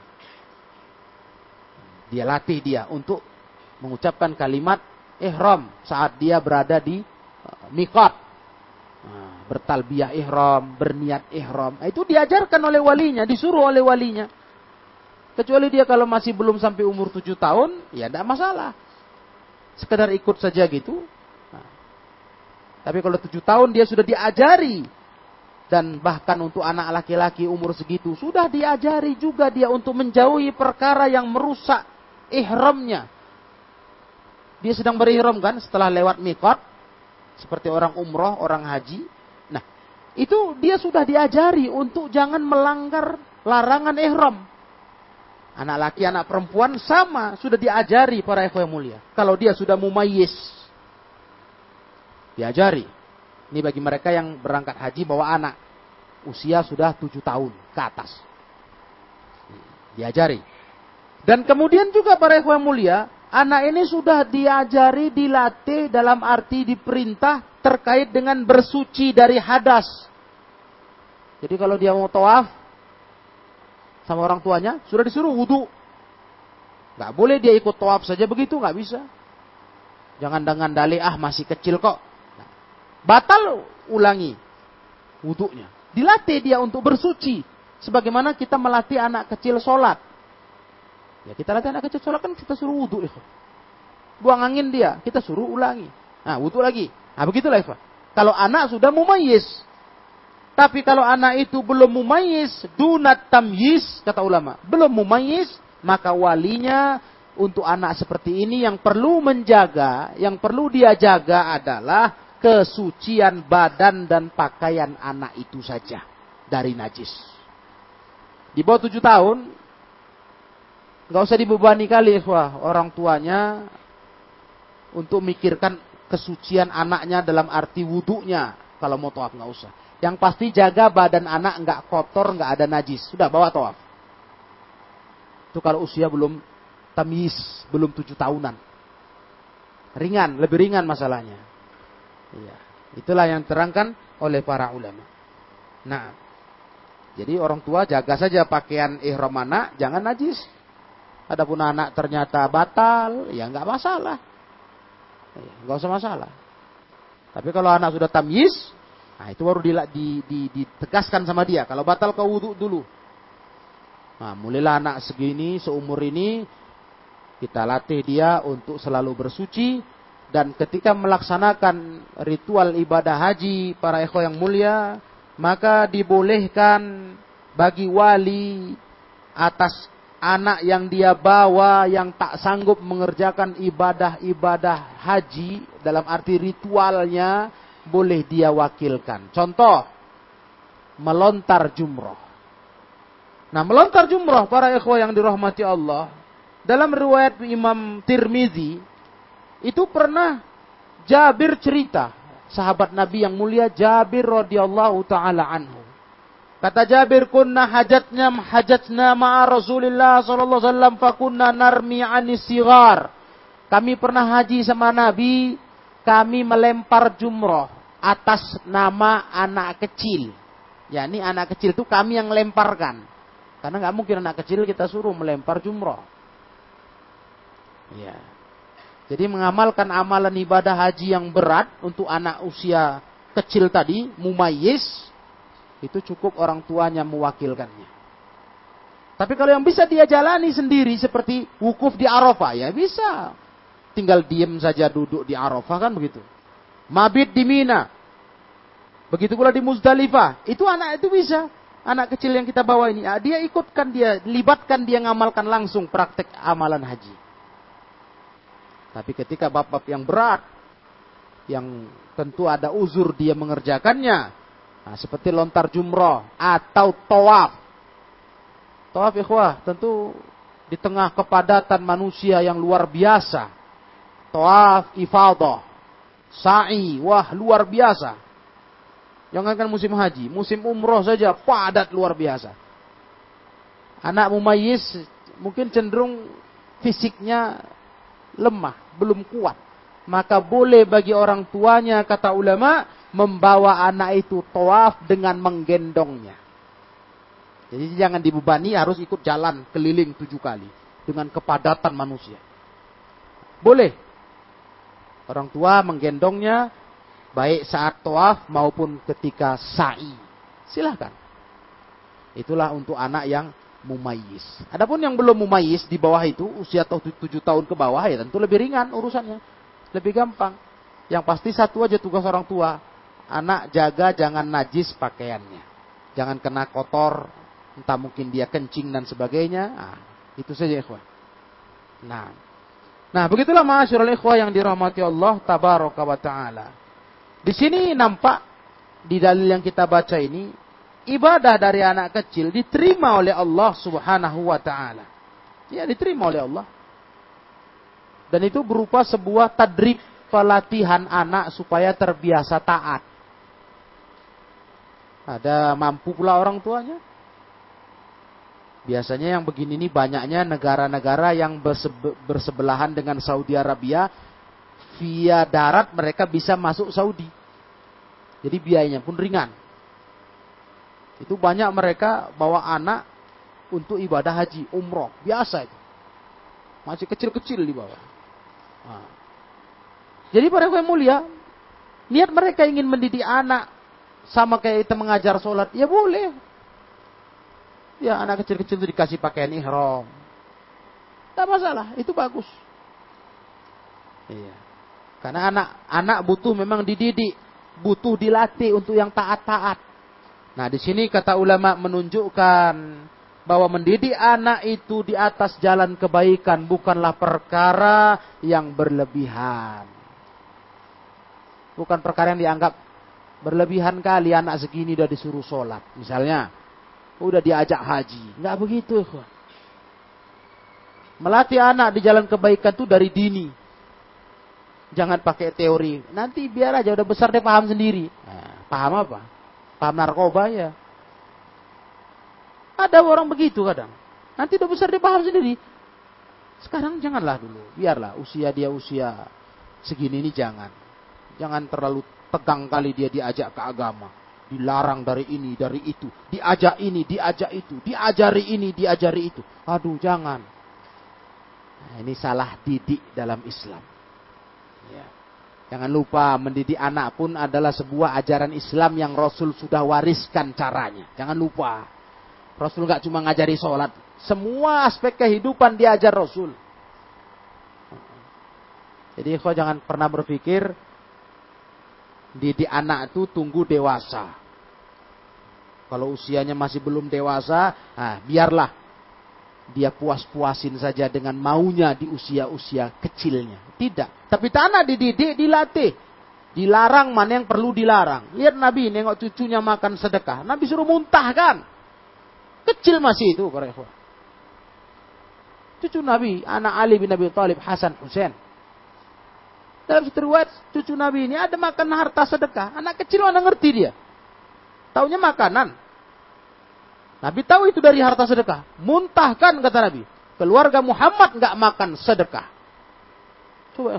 Dia latih dia untuk mengucapkan kalimat ihram saat dia berada di miqat. Bertalbiyah ihram, berniat ihram. Itu diajarkan oleh walinya, disuruh oleh walinya. Kecuali dia kalau masih belum sampai umur 7 tahun, ya tidak masalah. Sekedar ikut saja gitu. Tapi kalau 7 tahun dia sudah diajari. Dan bahkan untuk anak laki-laki umur segitu, sudah diajari juga dia untuk menjauhi perkara yang merusak ihramnya. Dia sedang berihram kan setelah lewat miqat. Seperti orang umroh, orang haji. Nah, itu dia sudah diajari untuk jangan melanggar larangan ihram. Anak laki, anak perempuan sama. Sudah diajari para ikhwan mulia. Kalau dia sudah mumayyiz. Diajari. Ini bagi mereka yang berangkat haji bawa anak. Usia sudah 7 tahun ke atas. Diajari. Dan kemudian juga para ikhwan mulia. Anak ini sudah diajari, dilatih dalam arti diperintah terkait dengan bersuci dari hadas. Jadi kalau dia mau tawaf sama orang tuanya, sudah disuruh wudu. Gak boleh dia ikut tawaf saja begitu, gak bisa. Jangan dengan dalih, masih kecil kok. Nah, batal ulangi wudunya. Dilatih dia untuk bersuci. Sebagaimana kita melatih anak kecil sholat. Ya kita latih anak kecil sholat kan kita suruh wudu. Buang angin dia, kita suruh ulangi. Nah, wudu lagi. Nah, begitulah ikhwan. Kalau anak sudah mumayyiz. Tapi kalau anak itu belum mumayyiz, dunat tamyiz, kata ulama, belum mumayyiz, maka walinya untuk anak seperti ini yang perlu menjaga, yang perlu dia jaga adalah kesucian badan dan pakaian anak itu saja dari najis. Di bawah 7 tahun, nggak usah dibebani kali orang tuanya untuk mikirkan kesucian anaknya dalam arti wudunya. Kalau mau tawaf nggak usah. Yang pasti jaga badan anak nggak kotor, nggak ada najis. Sudah bawa tawaf. Itu kalau usia belum tamyiz, belum 7 tahunan. Ringan, lebih ringan masalahnya. Iya, itulah yang terangkan oleh para ulama. Nah, jadi orang tua jaga saja pakaian ihram anak, jangan najis. Adapun anak ternyata batal, ya nggak masalah. Nggak usah masalah. Tapi kalau anak sudah tamyiz, nah itu baru ditegaskan sama dia. Kalau batal kau wudu dulu. Nah, mulailah anak segini, seumur ini, Kita latih dia untuk selalu bersuci. Dan ketika melaksanakan ritual ibadah haji para ikhwah yang mulia, maka dibolehkan bagi wali atas anak yang dia bawa yang tak sanggup mengerjakan ibadah-ibadah haji dalam arti ritualnya, boleh dia wakilkan. Contoh, melontar jumroh. Nah, melontar jumroh para ikhwah yang dirahmati Allah, dalam riwayat Imam Tirmizi, itu pernah Jabir cerita, sahabat Nabi yang mulia Jabir radhiyallahu taala anhu. Kata Jabir, kunna hajatna ma'a Rasulillah sallallahu alaihi wasallam fakunna narmi 'anis sighar. Kami pernah haji sama Nabi, kami melempar jumroh atas nama anak kecil. Ya, ini anak kecil itu kami yang lemparkan. Karena nggak mungkin anak kecil kita suruh melempar jumroh. Ya. Jadi mengamalkan amalan ibadah haji yang berat untuk anak usia kecil tadi, mumayyiz, itu cukup orang tuanya mewakilkannya. Tapi kalau yang bisa dia jalani sendiri seperti wukuf di Arafah, ya bisa. Tinggal diem saja duduk di Arafah kan begitu. Mabit di Mina. Begitu pula di Muzdalifah. Itu anak itu bisa. Anak kecil yang kita bawa ini, dia ikutkan, dia libatkan, dia ngamalkan langsung praktek amalan haji. Tapi ketika bab-bab yang berat, yang tentu ada uzur dia mengerjakannya, nah, seperti lontar jumroh atau tawaf. Tawaf ikhwah, tentu di tengah kepadatan manusia yang luar biasa. Tawaf ifadah, sa'i, wah luar biasa. Jangankan musim haji, musim umroh saja padat luar biasa. Anak mumayyiz mungkin cenderung fisiknya lemah, belum kuat. Maka boleh bagi orang tuanya, kata ulama, membawa anak itu tawaf dengan menggendongnya. Jadi jangan dibebani harus ikut jalan keliling 7 kali. Dengan kepadatan manusia. Boleh. Orang tua menggendongnya, baik saat tawaf maupun ketika sa'i. Silahkan. Itulah untuk anak yang mumayyiz. Adapun yang belum mumayyiz di bawah itu, usia 7 tahun ke bawah, ya tentu lebih ringan urusannya. Lebih gampang. Yang pasti satu aja tugas orang tua. Anak jaga jangan najis pakaiannya. Jangan kena kotor. Entah mungkin dia kencing dan sebagainya. Nah, itu saja ikhwah. Nah, begitulah ma'asyiral ikhwah yang dirahmati Allah tabaraka wa ta'ala. Di sini nampak, di dalil yang kita baca ini, ibadah dari anak kecil diterima oleh Allah subhanahu wa ta'ala. Ya, diterima oleh Allah. Dan itu berupa sebuah tadrib, pelatihan anak supaya terbiasa taat. Ada mampu pula orang tuanya. Biasanya yang begini ini banyaknya negara-negara yang bersebelahan dengan Saudi Arabia. Via darat mereka bisa masuk Saudi. Jadi biayanya pun ringan. Itu banyak mereka bawa anak untuk ibadah haji, umroh. Biasa itu. Masih kecil-kecil di bawah. Nah. Jadi para yang mulia, niat mereka ingin mendidik anak sama kayak kita mengajar sholat, ya boleh. Ya anak kecil-kecil itu dikasih pakaian ihram. Tak masalah, itu bagus. Iya. Karena anak butuh memang dididik, butuh dilatih untuk yang taat-taat. Nah, di sini kata ulama menunjukkan bahwa mendidik anak itu di atas jalan kebaikan bukanlah perkara yang berlebihan. Bukan perkara yang dianggap berlebihan kali anak segini udah disuruh sholat. Misalnya, udah diajak haji. Nggak begitu. Melatih anak di jalan kebaikan itu dari dini. Jangan pakai teori. Nanti biar aja udah besar dia paham sendiri. Nah, paham apa? Paham narkoba ya. Ada orang begitu kadang. Nanti udah besar dia paham sendiri. Sekarang janganlah dulu. Biarlah usia dia usia segini ini jangan. Jangan terlalu tegang kali dia diajak ke agama. Dilarang dari ini, dari itu. Diajak ini, diajak itu. Diajari ini, diajari itu. Aduh jangan. Nah, ini salah didik dalam Islam. Ya. Jangan lupa mendidik anak pun adalah sebuah ajaran Islam yang Rasul sudah wariskan caranya. Jangan lupa. Rasul gak cuma ngajari sholat. Semua aspek kehidupan diajar Rasul. Jadi ikhwah jangan pernah berpikir didik anak itu tunggu dewasa. Kalau usianya masih belum dewasa, biarlah dia puas-puasin saja dengan maunya di usia-usia kecilnya. Tidak. Tapi anak dididik, dilatih. Dilarang mana yang perlu dilarang. Lihat Nabi nengok cucunya makan sedekah. Nabi suruh muntahkan. Kecil masih itu para ikhwah. Cucu Nabi, anak Ali bin Abi Thalib, Hasan, Husain. Dalam satu riwayat, cucu Nabi ini ada makan harta sedekah. Anak kecil mana ngerti dia. Taunya makanan. Nabi tahu itu dari harta sedekah. Muntahkan kata Nabi. Keluarga Muhammad nggak makan sedekah. Coba.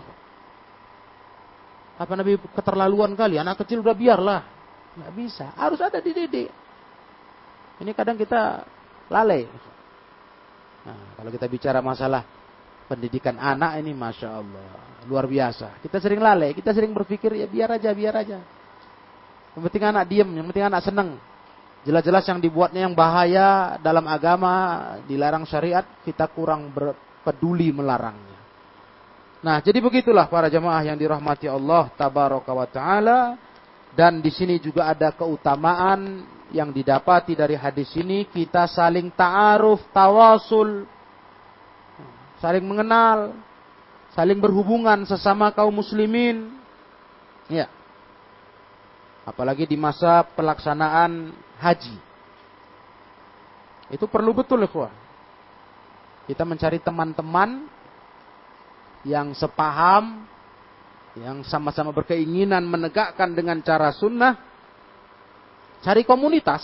Apa Nabi keterlaluan kali? Anak kecil udah biarlah. Nggak bisa. Harus ada dididik. Ini kadang kita lalai. Nah, kalau kita bicara masalah pendidikan anak ini, Masya Allah, luar biasa. Kita sering lalai, kita sering berpikir, ya biar aja. Yang penting anak diem, yang penting anak seneng. Jelas-jelas yang dibuatnya yang bahaya dalam agama, dilarang syariat, kita kurang peduli melarangnya. Nah, jadi begitulah para jemaah yang dirahmati Allah Tabaraka wa Ta'ala. Dan di sini juga ada keutamaan yang didapati dari hadis ini, kita saling ta'aruf, tawasul, saling mengenal, saling berhubungan sesama kaum muslimin. Ya. Apalagi di masa pelaksanaan haji. Itu perlu betul, ikhwah. Kita mencari teman-teman yang sepaham, yang sama-sama berkeinginan menegakkan dengan cara sunnah. Cari komunitas.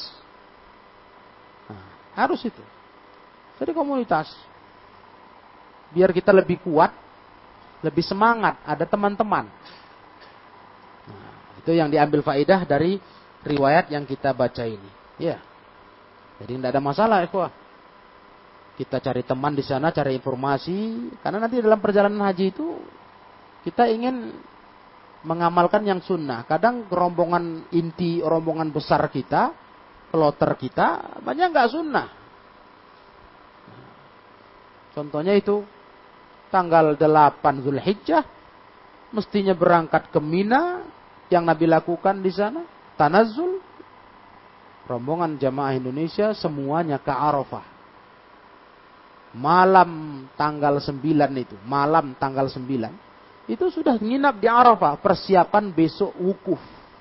Nah, harus itu. Cari komunitas. Biar kita lebih kuat, lebih semangat, ada teman-teman. Nah, itu yang diambil faedah dari riwayat yang kita baca ini. Ya. Jadi tidak ada masalah, ikhwah. Kita cari teman di sana, cari informasi. Karena nanti dalam perjalanan haji itu, kita ingin mengamalkan yang sunnah. Kadang rombongan inti, rombongan besar kita, peloter kita, banyak nggak sunnah. Contohnya itu, tanggal 8 Zulhijjah, mestinya berangkat ke Mina, yang Nabi lakukan di sana, Tanazzul, rombongan jamaah Indonesia semuanya ke Arafah. Malam tanggal 9 itu, malam tanggal 9, itu sudah nginap di Arafah, persiapan besok wukuf.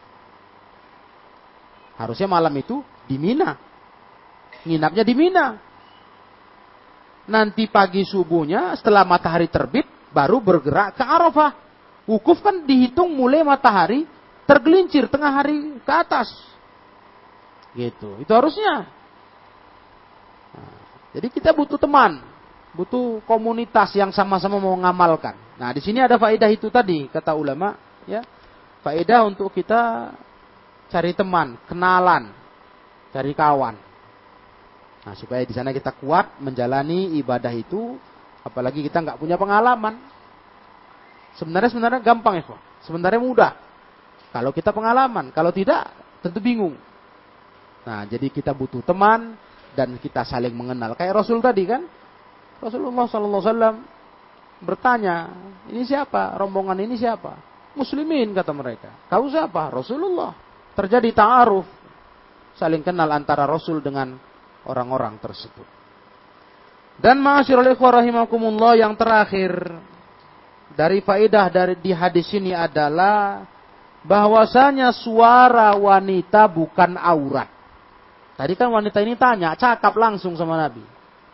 Harusnya malam itu di Mina, nginapnya di Mina. Nanti pagi subuhnya setelah matahari terbit baru bergerak ke Arafah. Wukuf kan dihitung mulai matahari tergelincir tengah hari ke atas. Gitu. Itu harusnya. Nah, jadi kita butuh teman, butuh komunitas yang sama-sama mau ngamalkan. Nah, di sini ada faedah itu tadi kata ulama, ya. Faedah untuk kita cari teman, kenalan, cari kawan. Nah, supaya di sana kita kuat menjalani ibadah itu, apalagi kita nggak punya pengalaman. Sebenarnya gampang ya, sebenarnya mudah. Kalau kita pengalaman, kalau tidak, tentu bingung. Nah, jadi kita butuh teman dan kita saling mengenal. Kayak Rasul tadi kan, Rasulullah SAW bertanya, ini siapa? Rombongan ini siapa? Muslimin kata mereka. Kau siapa? Rasulullah. Terjadi ta'aruf, saling kenal antara Rasul dengan orang-orang tersebut. Dan ma'asyiral ikhwah rahimakumullah, yang terakhir dari faedah di hadis ini adalah bahwasanya suara wanita bukan aurat. Tadi kan wanita ini tanya, cakap langsung sama Nabi.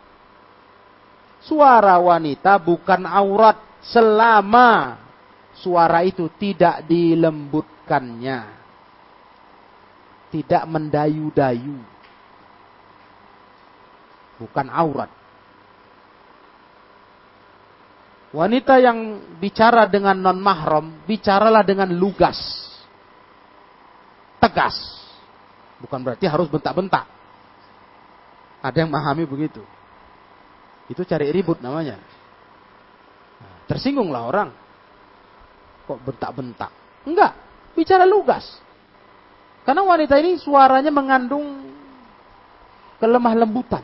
Suara wanita bukan aurat selama suara itu tidak dilembutkannya, tidak mendayu-dayu. Bukan aurat. Wanita yang bicara dengan non-mahram, bicaralah dengan lugas. Tegas. Bukan berarti harus bentak-bentak. Ada yang memahami begitu. Itu cari ribut namanya. Nah, tersinggunglah orang. Kok bentak-bentak? Enggak. Bicara lugas. Karena wanita ini suaranya mengandung kelemah lembutan.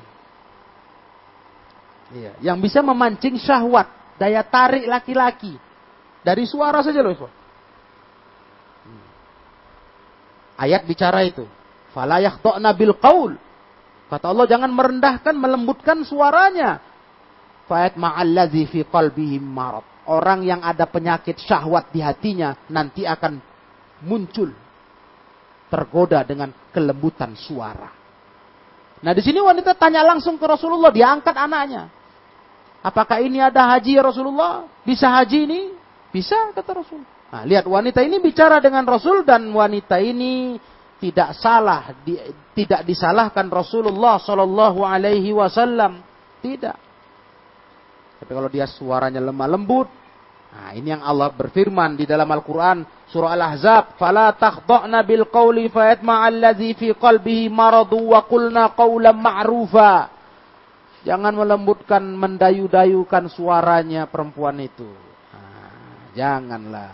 Iya, yang bisa memancing syahwat, daya tarik laki-laki. Dari suara saja loh. Ayat bicara itu. Fala yakhta'na bil qaul. Kata Allah, jangan merendahkan, melembutkan suaranya. Fa'at ma'alladzi fi qalbihi marad. Orang yang ada penyakit syahwat di hatinya nanti akan muncul, tergoda dengan kelembutan suara. Nah, di sini wanita tanya langsung ke Rasulullah, dia angkat anaknya. Apakah ini ada haji ya Rasulullah? Bisa haji ini? Bisa, kata Rasul. Nah, lihat wanita ini bicara dengan Rasul dan wanita ini tidak salah, tidak disalahkan Rasulullah Shallallahu Alaihi Wasallam. Tidak. Tapi kalau dia suaranya lemah lembut, nah ini yang Allah berfirman di dalam Al-Quran surah Al-Ahzab, "Fala takhda'na bil qawli fayatma'a alladzi fi qalbihi maradu wa qulna qawlan ma'rufa." Jangan melembutkan, mendayu-dayukan suaranya perempuan itu. Nah, janganlah.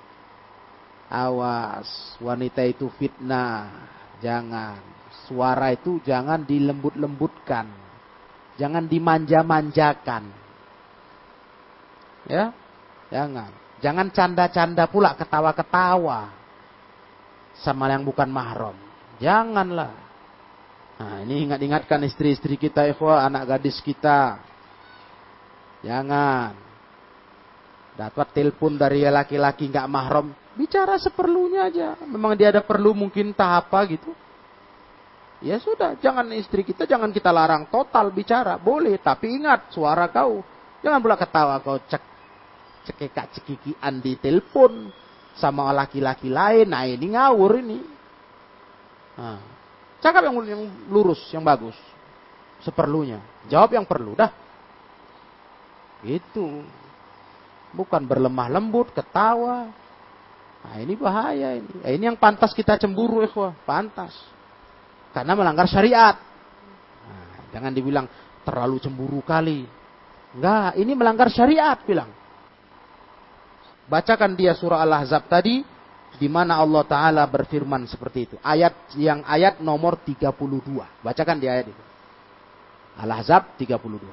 Awas, wanita itu fitnah. Jangan. Suara itu jangan dilembut-lembutkan. Jangan dimanja-manjakan. Ya, jangan. Jangan canda-canda pula, ketawa-ketawa sama yang bukan mahram. Janganlah. Nah, ini ingatkan istri-istri kita, ikhwah, anak gadis kita. Jangan. Dapat telepon dari laki-laki nggak mahram, bicara seperlunya aja. Memang dia ada perlu mungkin tahap apa gitu. Ya sudah, jangan istri kita, jangan kita larang total bicara. Boleh, tapi ingat suara kau. Jangan pula ketawa kau cekikak-cekikian di telepon sama laki-laki lain. Nah, ini ngawur ini. Nah, cakap yang lurus, yang bagus. Seperlunya. Jawab yang perlu, dah. Itu. Bukan berlemah lembut, ketawa. Nah, ini bahaya ini. Ini yang pantas kita cemburu, ikhwah. Pantas. Karena melanggar syariat. Nah, jangan dibilang terlalu cemburu kali. Enggak, ini melanggar syariat, bilang. Bacakan dia surah Al-Ahzab tadi, di mana Allah Ta'ala berfirman seperti itu. Ayat nomor 32. Bacakan di ayat itu. Al-Ahzab 32.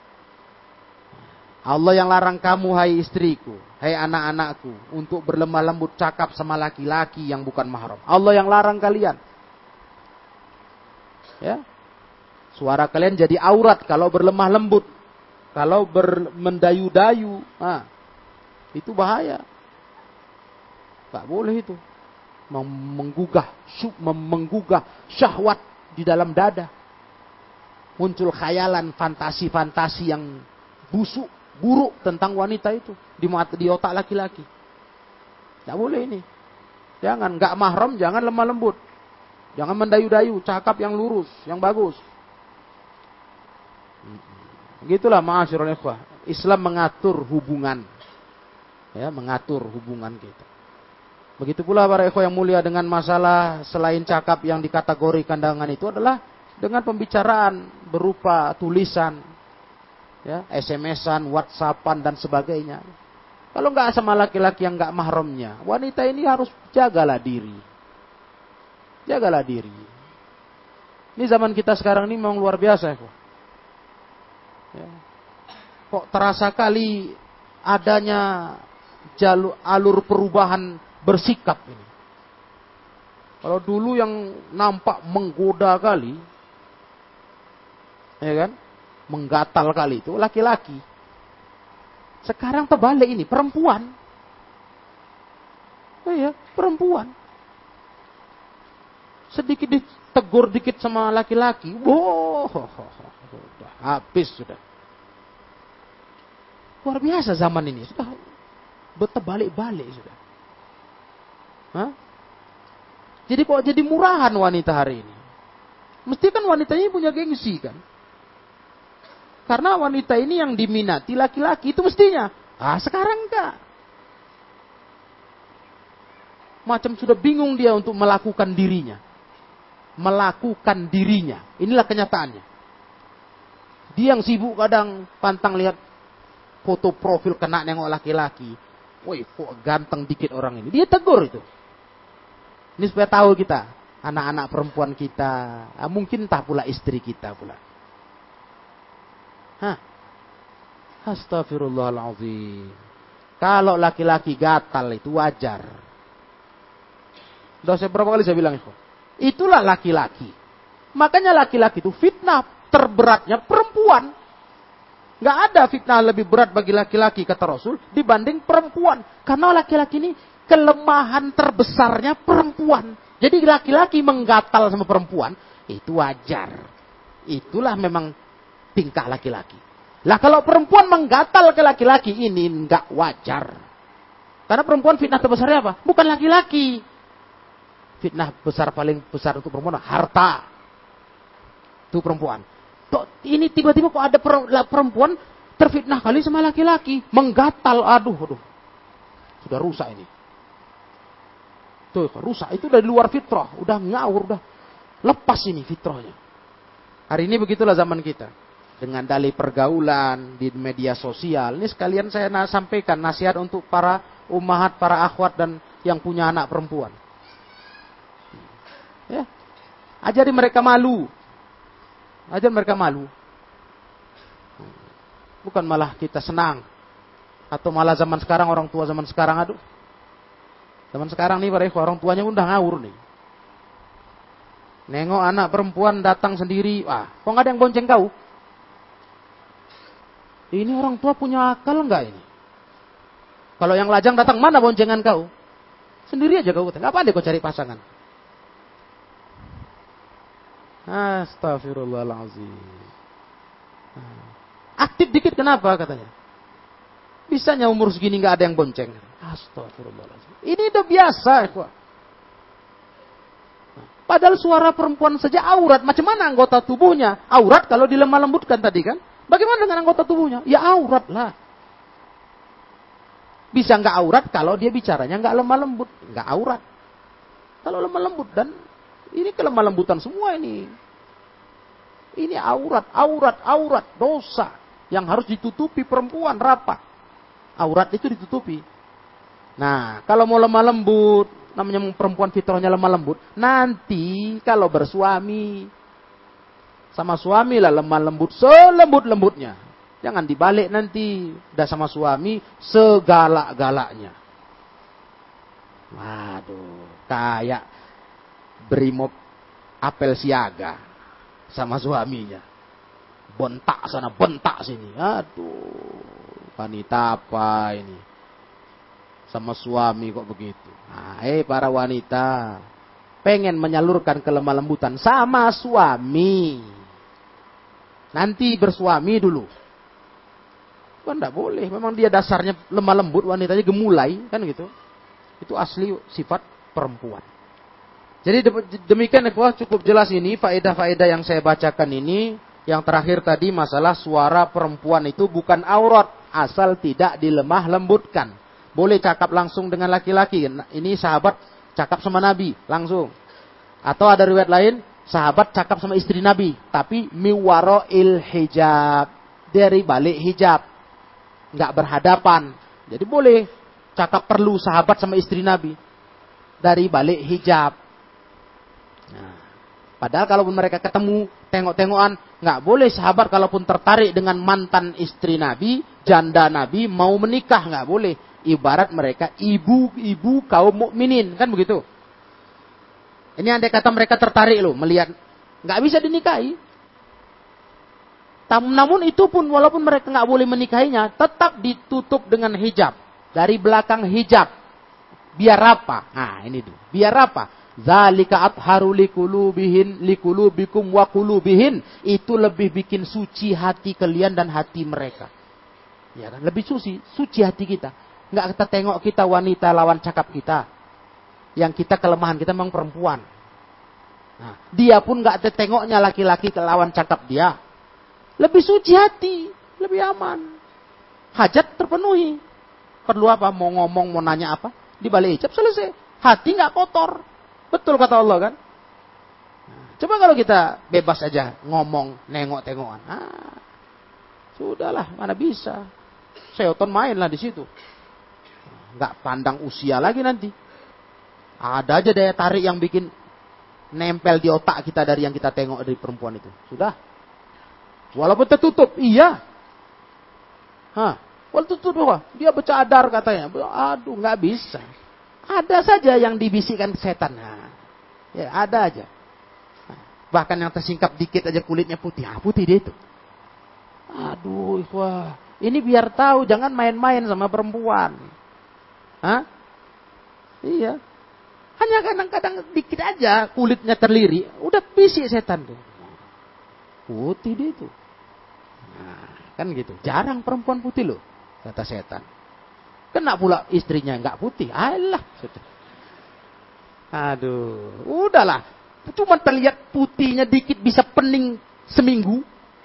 Allah yang larang kamu, hai istriku, hai anak-anakku, untuk berlemah lembut cakap sama laki-laki yang bukan mahram. Allah yang larang kalian. Ya. Suara kalian jadi aurat kalau berlemah lembut. Kalau mendayu-dayu. Nah, itu bahaya. Tak boleh itu. Menggugah syahwat di dalam dada. Muncul khayalan, fantasi-fantasi yang busuk, buruk tentang wanita itu. Di otak laki-laki. Tak boleh ini. Jangan, gak mahram, jangan lemah lembut. Jangan mendayu-dayu, cakap yang lurus, yang bagus. Begitulah ma'asyiral ikhwah. Islam mengatur hubungan. Ya, mengatur hubungan kita. Begitu pula para ikhwah yang mulia dengan masalah selain cakap yang dikategorikan dengan itu adalah dengan pembicaraan berupa tulisan, ya, SMS-an, WhatsApp-an dan sebagainya. Kalau nggak sama laki-laki yang nggak mahramnya, wanita ini harus jagalah diri. Jagalah diri. Ini zaman kita sekarang ini memang luar biasa, ikhwah. Ya. Kok terasa kali adanya alur perubahan bersikap ini. Kalau dulu yang nampak menggoda kali, ya kan, menggatal kali itu laki-laki. Sekarang terbalik ini, perempuan. Oh ya, perempuan. Sedikit ditegur dikit sama laki-laki, sudah habis sudah. Luar biasa zaman ini, sudah bertebalik-balik sudah. Hah? Jadi kok jadi murahan wanita hari ini? Mesti kan wanita ini punya gengsi kan? Karena wanita ini yang diminati laki-laki itu mestinya. Sekarang enggak. Macam sudah bingung dia untuk melakukan dirinya. Melakukan dirinya. Inilah kenyataannya. Dia yang sibuk kadang pantang lihat foto profil kena nengok laki-laki. Woi, kok ganteng dikit orang ini. Dia tegur itu. Ini supaya tahu kita. Anak-anak perempuan kita. Mungkin entah pula istri kita pula. Astagfirullahaladzim. Kalau laki-laki gatal itu wajar. Sudah berapa kali saya bilang itu. Itulah laki-laki. Makanya laki-laki itu fitnah terberatnya perempuan. Nggak ada fitnah lebih berat bagi laki-laki kata Rasul dibanding perempuan. Karena laki-laki ini kelemahan terbesarnya perempuan. Jadi laki-laki menggatal sama perempuan itu wajar. Itulah memang tingkah laki-laki. Lah kalau perempuan menggatal ke laki-laki ini nggak wajar. Karena perempuan fitnah terbesarnya apa? Bukan laki-laki. Fitnah besar paling besar untuk perempuan harta. Itu perempuan. Ini tiba-tiba kok ada perempuan terfitnah kali sama laki-laki. Menggatal. Aduh. Sudah rusak ini. Tuh, rusak. Itu dari luar fitrah. Udah ngawur. Udah lepas ini fitrahnya. Hari ini begitulah zaman kita. Dengan dalih pergaulan di media sosial. Ini sekalian saya sampaikan nasihat untuk para ummahat, para akhwat dan yang punya anak perempuan. Ya. Ajari mereka malu. Ajar mereka malu. Bukan malah kita senang. Atau malah zaman sekarang, orang tua zaman sekarang, aduh. Zaman sekarang nih, orang tuanya udah ngawur nih. Nengok anak perempuan datang sendiri. Wah, kok nggak ada yang bonceng kau? Ini orang tua punya akal nggak ini? Kalau yang lajang datang, mana boncengan kau? Sendiri aja kau. Nggak pandai kau cari pasangan. Astagfirullahaladzim. Aktif dikit kenapa katanya? Bisanya umur segini nggak ada yang bonceng. Astagfirullahaladzim. Ini udah biasa. Padahal suara perempuan saja aurat. Macam mana anggota tubuhnya? Aurat kalau dilemah lembutkan tadi kan? Bagaimana dengan anggota tubuhnya? Ya aurat lah. Bisa nggak aurat kalau dia bicaranya nggak lemah lembut. Nggak aurat. Kalau lemah lembut dan ini kelemah lembutan semua ini. Ini aurat, dosa. Yang harus ditutupi perempuan, rapat. Aurat itu ditutupi. Nah, kalau mau lemah lembut, namanya perempuan fitrahnya lemah lembut. Nanti kalau bersuami, sama suami lah lemah lembut, selembut-lembutnya. Jangan dibalik nanti, udah sama suami, segalak-galaknya. Waduh, kayak Brimob apel siaga sama suaminya. Bentak sana, bentak sini. Aduh, wanita apa ini? Sama suami kok begitu. Nah, para wanita, pengen menyalurkan kelemah lembutan sama suami. Nanti bersuami dulu. Kan enggak boleh, memang dia dasarnya lemah lembut, wanitanya gemulai, kan gitu. Itu asli sifat perempuan. Jadi demikian ikhwah, cukup jelas ini faedah-faedah yang saya bacakan ini. Yang terakhir tadi masalah suara perempuan itu bukan aurat asal tidak dilemah lembutkan. Boleh cakap langsung dengan laki-laki. Ini sahabat cakap sama Nabi langsung. Atau ada riwayat lain sahabat cakap sama istri Nabi, tapi miwaroil hijab, dari balik hijab, nggak berhadapan. Jadi boleh cakap perlu sahabat sama istri Nabi dari balik hijab. Nah, padahal kalaupun mereka ketemu tengok-tengokan, nggak boleh sahabat kalaupun tertarik dengan mantan istri Nabi, janda Nabi mau menikah, nggak boleh. Ibarat mereka ibu-ibu kaum mukminin, kan begitu. Ini andai kata mereka tertarik loh melihat, nggak bisa dinikahi. Namun itu pun walaupun mereka nggak boleh menikahinya, tetap ditutup dengan hijab dari belakang hijab. Biar apa? Nah ini tuh. Biar apa? Zalika atharu likulubikum wa qulubihin. Itu lebih bikin suci hati kalian dan hati mereka. Ya kan? Lebih suci hati kita. Enggak kita tengok kita wanita lawan cakap kita. Yang kita kelemahan kita memang perempuan. Nah, dia pun enggak tengoknya laki-laki lawan cakap dia. Lebih suci hati, lebih aman. Hajat terpenuhi. Perlu apa? Mau ngomong, mau nanya apa? Di balik hijab selesai. Hati enggak kotor. Betul kata Allah kan? Nah, coba kalau kita bebas aja ngomong, nengok-tengokan. Sudahlah, mana bisa. Seoton mainlah di situ. Nggak pandang usia lagi nanti. Ada aja daya tarik yang bikin nempel di otak kita dari yang kita tengok dari perempuan itu. Sudah. Walaupun tertutup, iya. Dia bercadar katanya. Aduh, nggak bisa. Ada saja yang dibisikkan setan. Nah, ya ada aja. Bahkan yang tersingkap dikit aja kulitnya putih. Putih dia itu. Aduh, wah. Ini biar tahu, jangan main-main sama perempuan. Hah? Iya. Hanya kadang-kadang dikit aja kulitnya terlirik. Udah bisik setan tuh. Putih dia itu. Nah, kan gitu. Jarang perempuan putih loh, kata setan. Kena pula istrinya nggak putih. Alah. Aduh, udahlah. Cuma terlihat putihnya dikit bisa pening seminggu.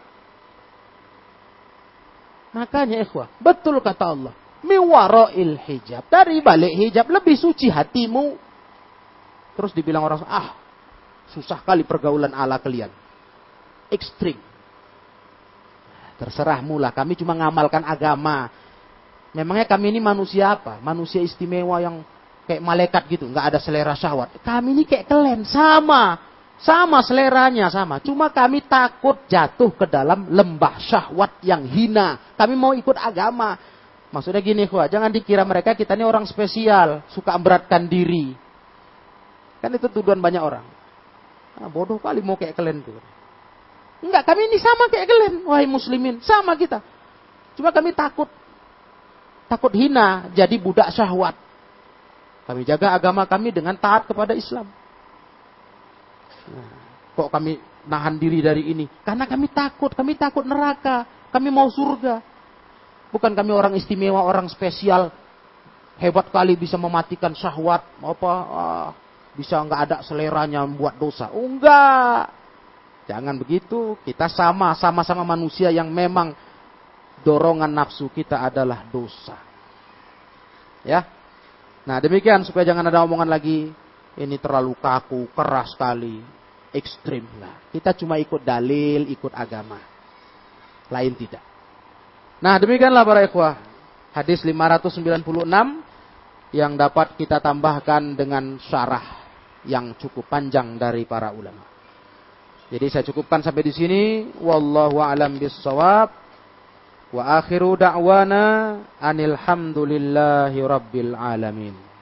Makanya ikhwah, betul kata Allah. Miwara'il hijab. Dari balik hijab lebih suci hatimu. Terus dibilang orang, susah kali pergaulan ala kalian. Ekstrim. Terserahmu lah, kami cuma ngamalkan agama. Memangnya kami ini manusia apa? Manusia istimewa yang kayak malaikat gitu, nggak ada selera syahwat. Kami ini kayak kalian, sama seleranya sama. Cuma kami takut jatuh ke dalam lembah syahwat yang hina. Kami mau ikut agama. Maksudnya gini, jangan dikira mereka kita ini orang spesial, suka memberatkan diri. Kan itu tuduhan banyak orang. Bodoh kali mau kayak kalian tuh. Enggak, kami ini sama kayak kalian, wahai muslimin, sama kita. Cuma kami takut hina, jadi budak syahwat. Kami jaga agama kami dengan taat kepada Islam. Kok kami nahan diri dari ini? Karena kami takut neraka, kami mau surga. Bukan kami orang istimewa, orang spesial, hebat kali bisa mematikan syahwat, bisa nggak ada seleranya membuat dosa. Enggak. Jangan begitu. Kita sama-sama manusia yang memang dorongan nafsu kita adalah dosa. Ya. Nah, demikian supaya jangan ada omongan lagi ini terlalu kaku, keras sekali, ekstrim lah. Kita cuma ikut dalil, ikut agama. Lain tidak. Nah, demikianlah para ikhwah. Hadis 596 yang dapat kita tambahkan dengan syarah yang cukup panjang dari para ulama. Jadi saya cukupkan sampai di sini. Wallahu a'lam bissawab. Wa akhiru da'wana anil hamdulillahi rabbil alamin.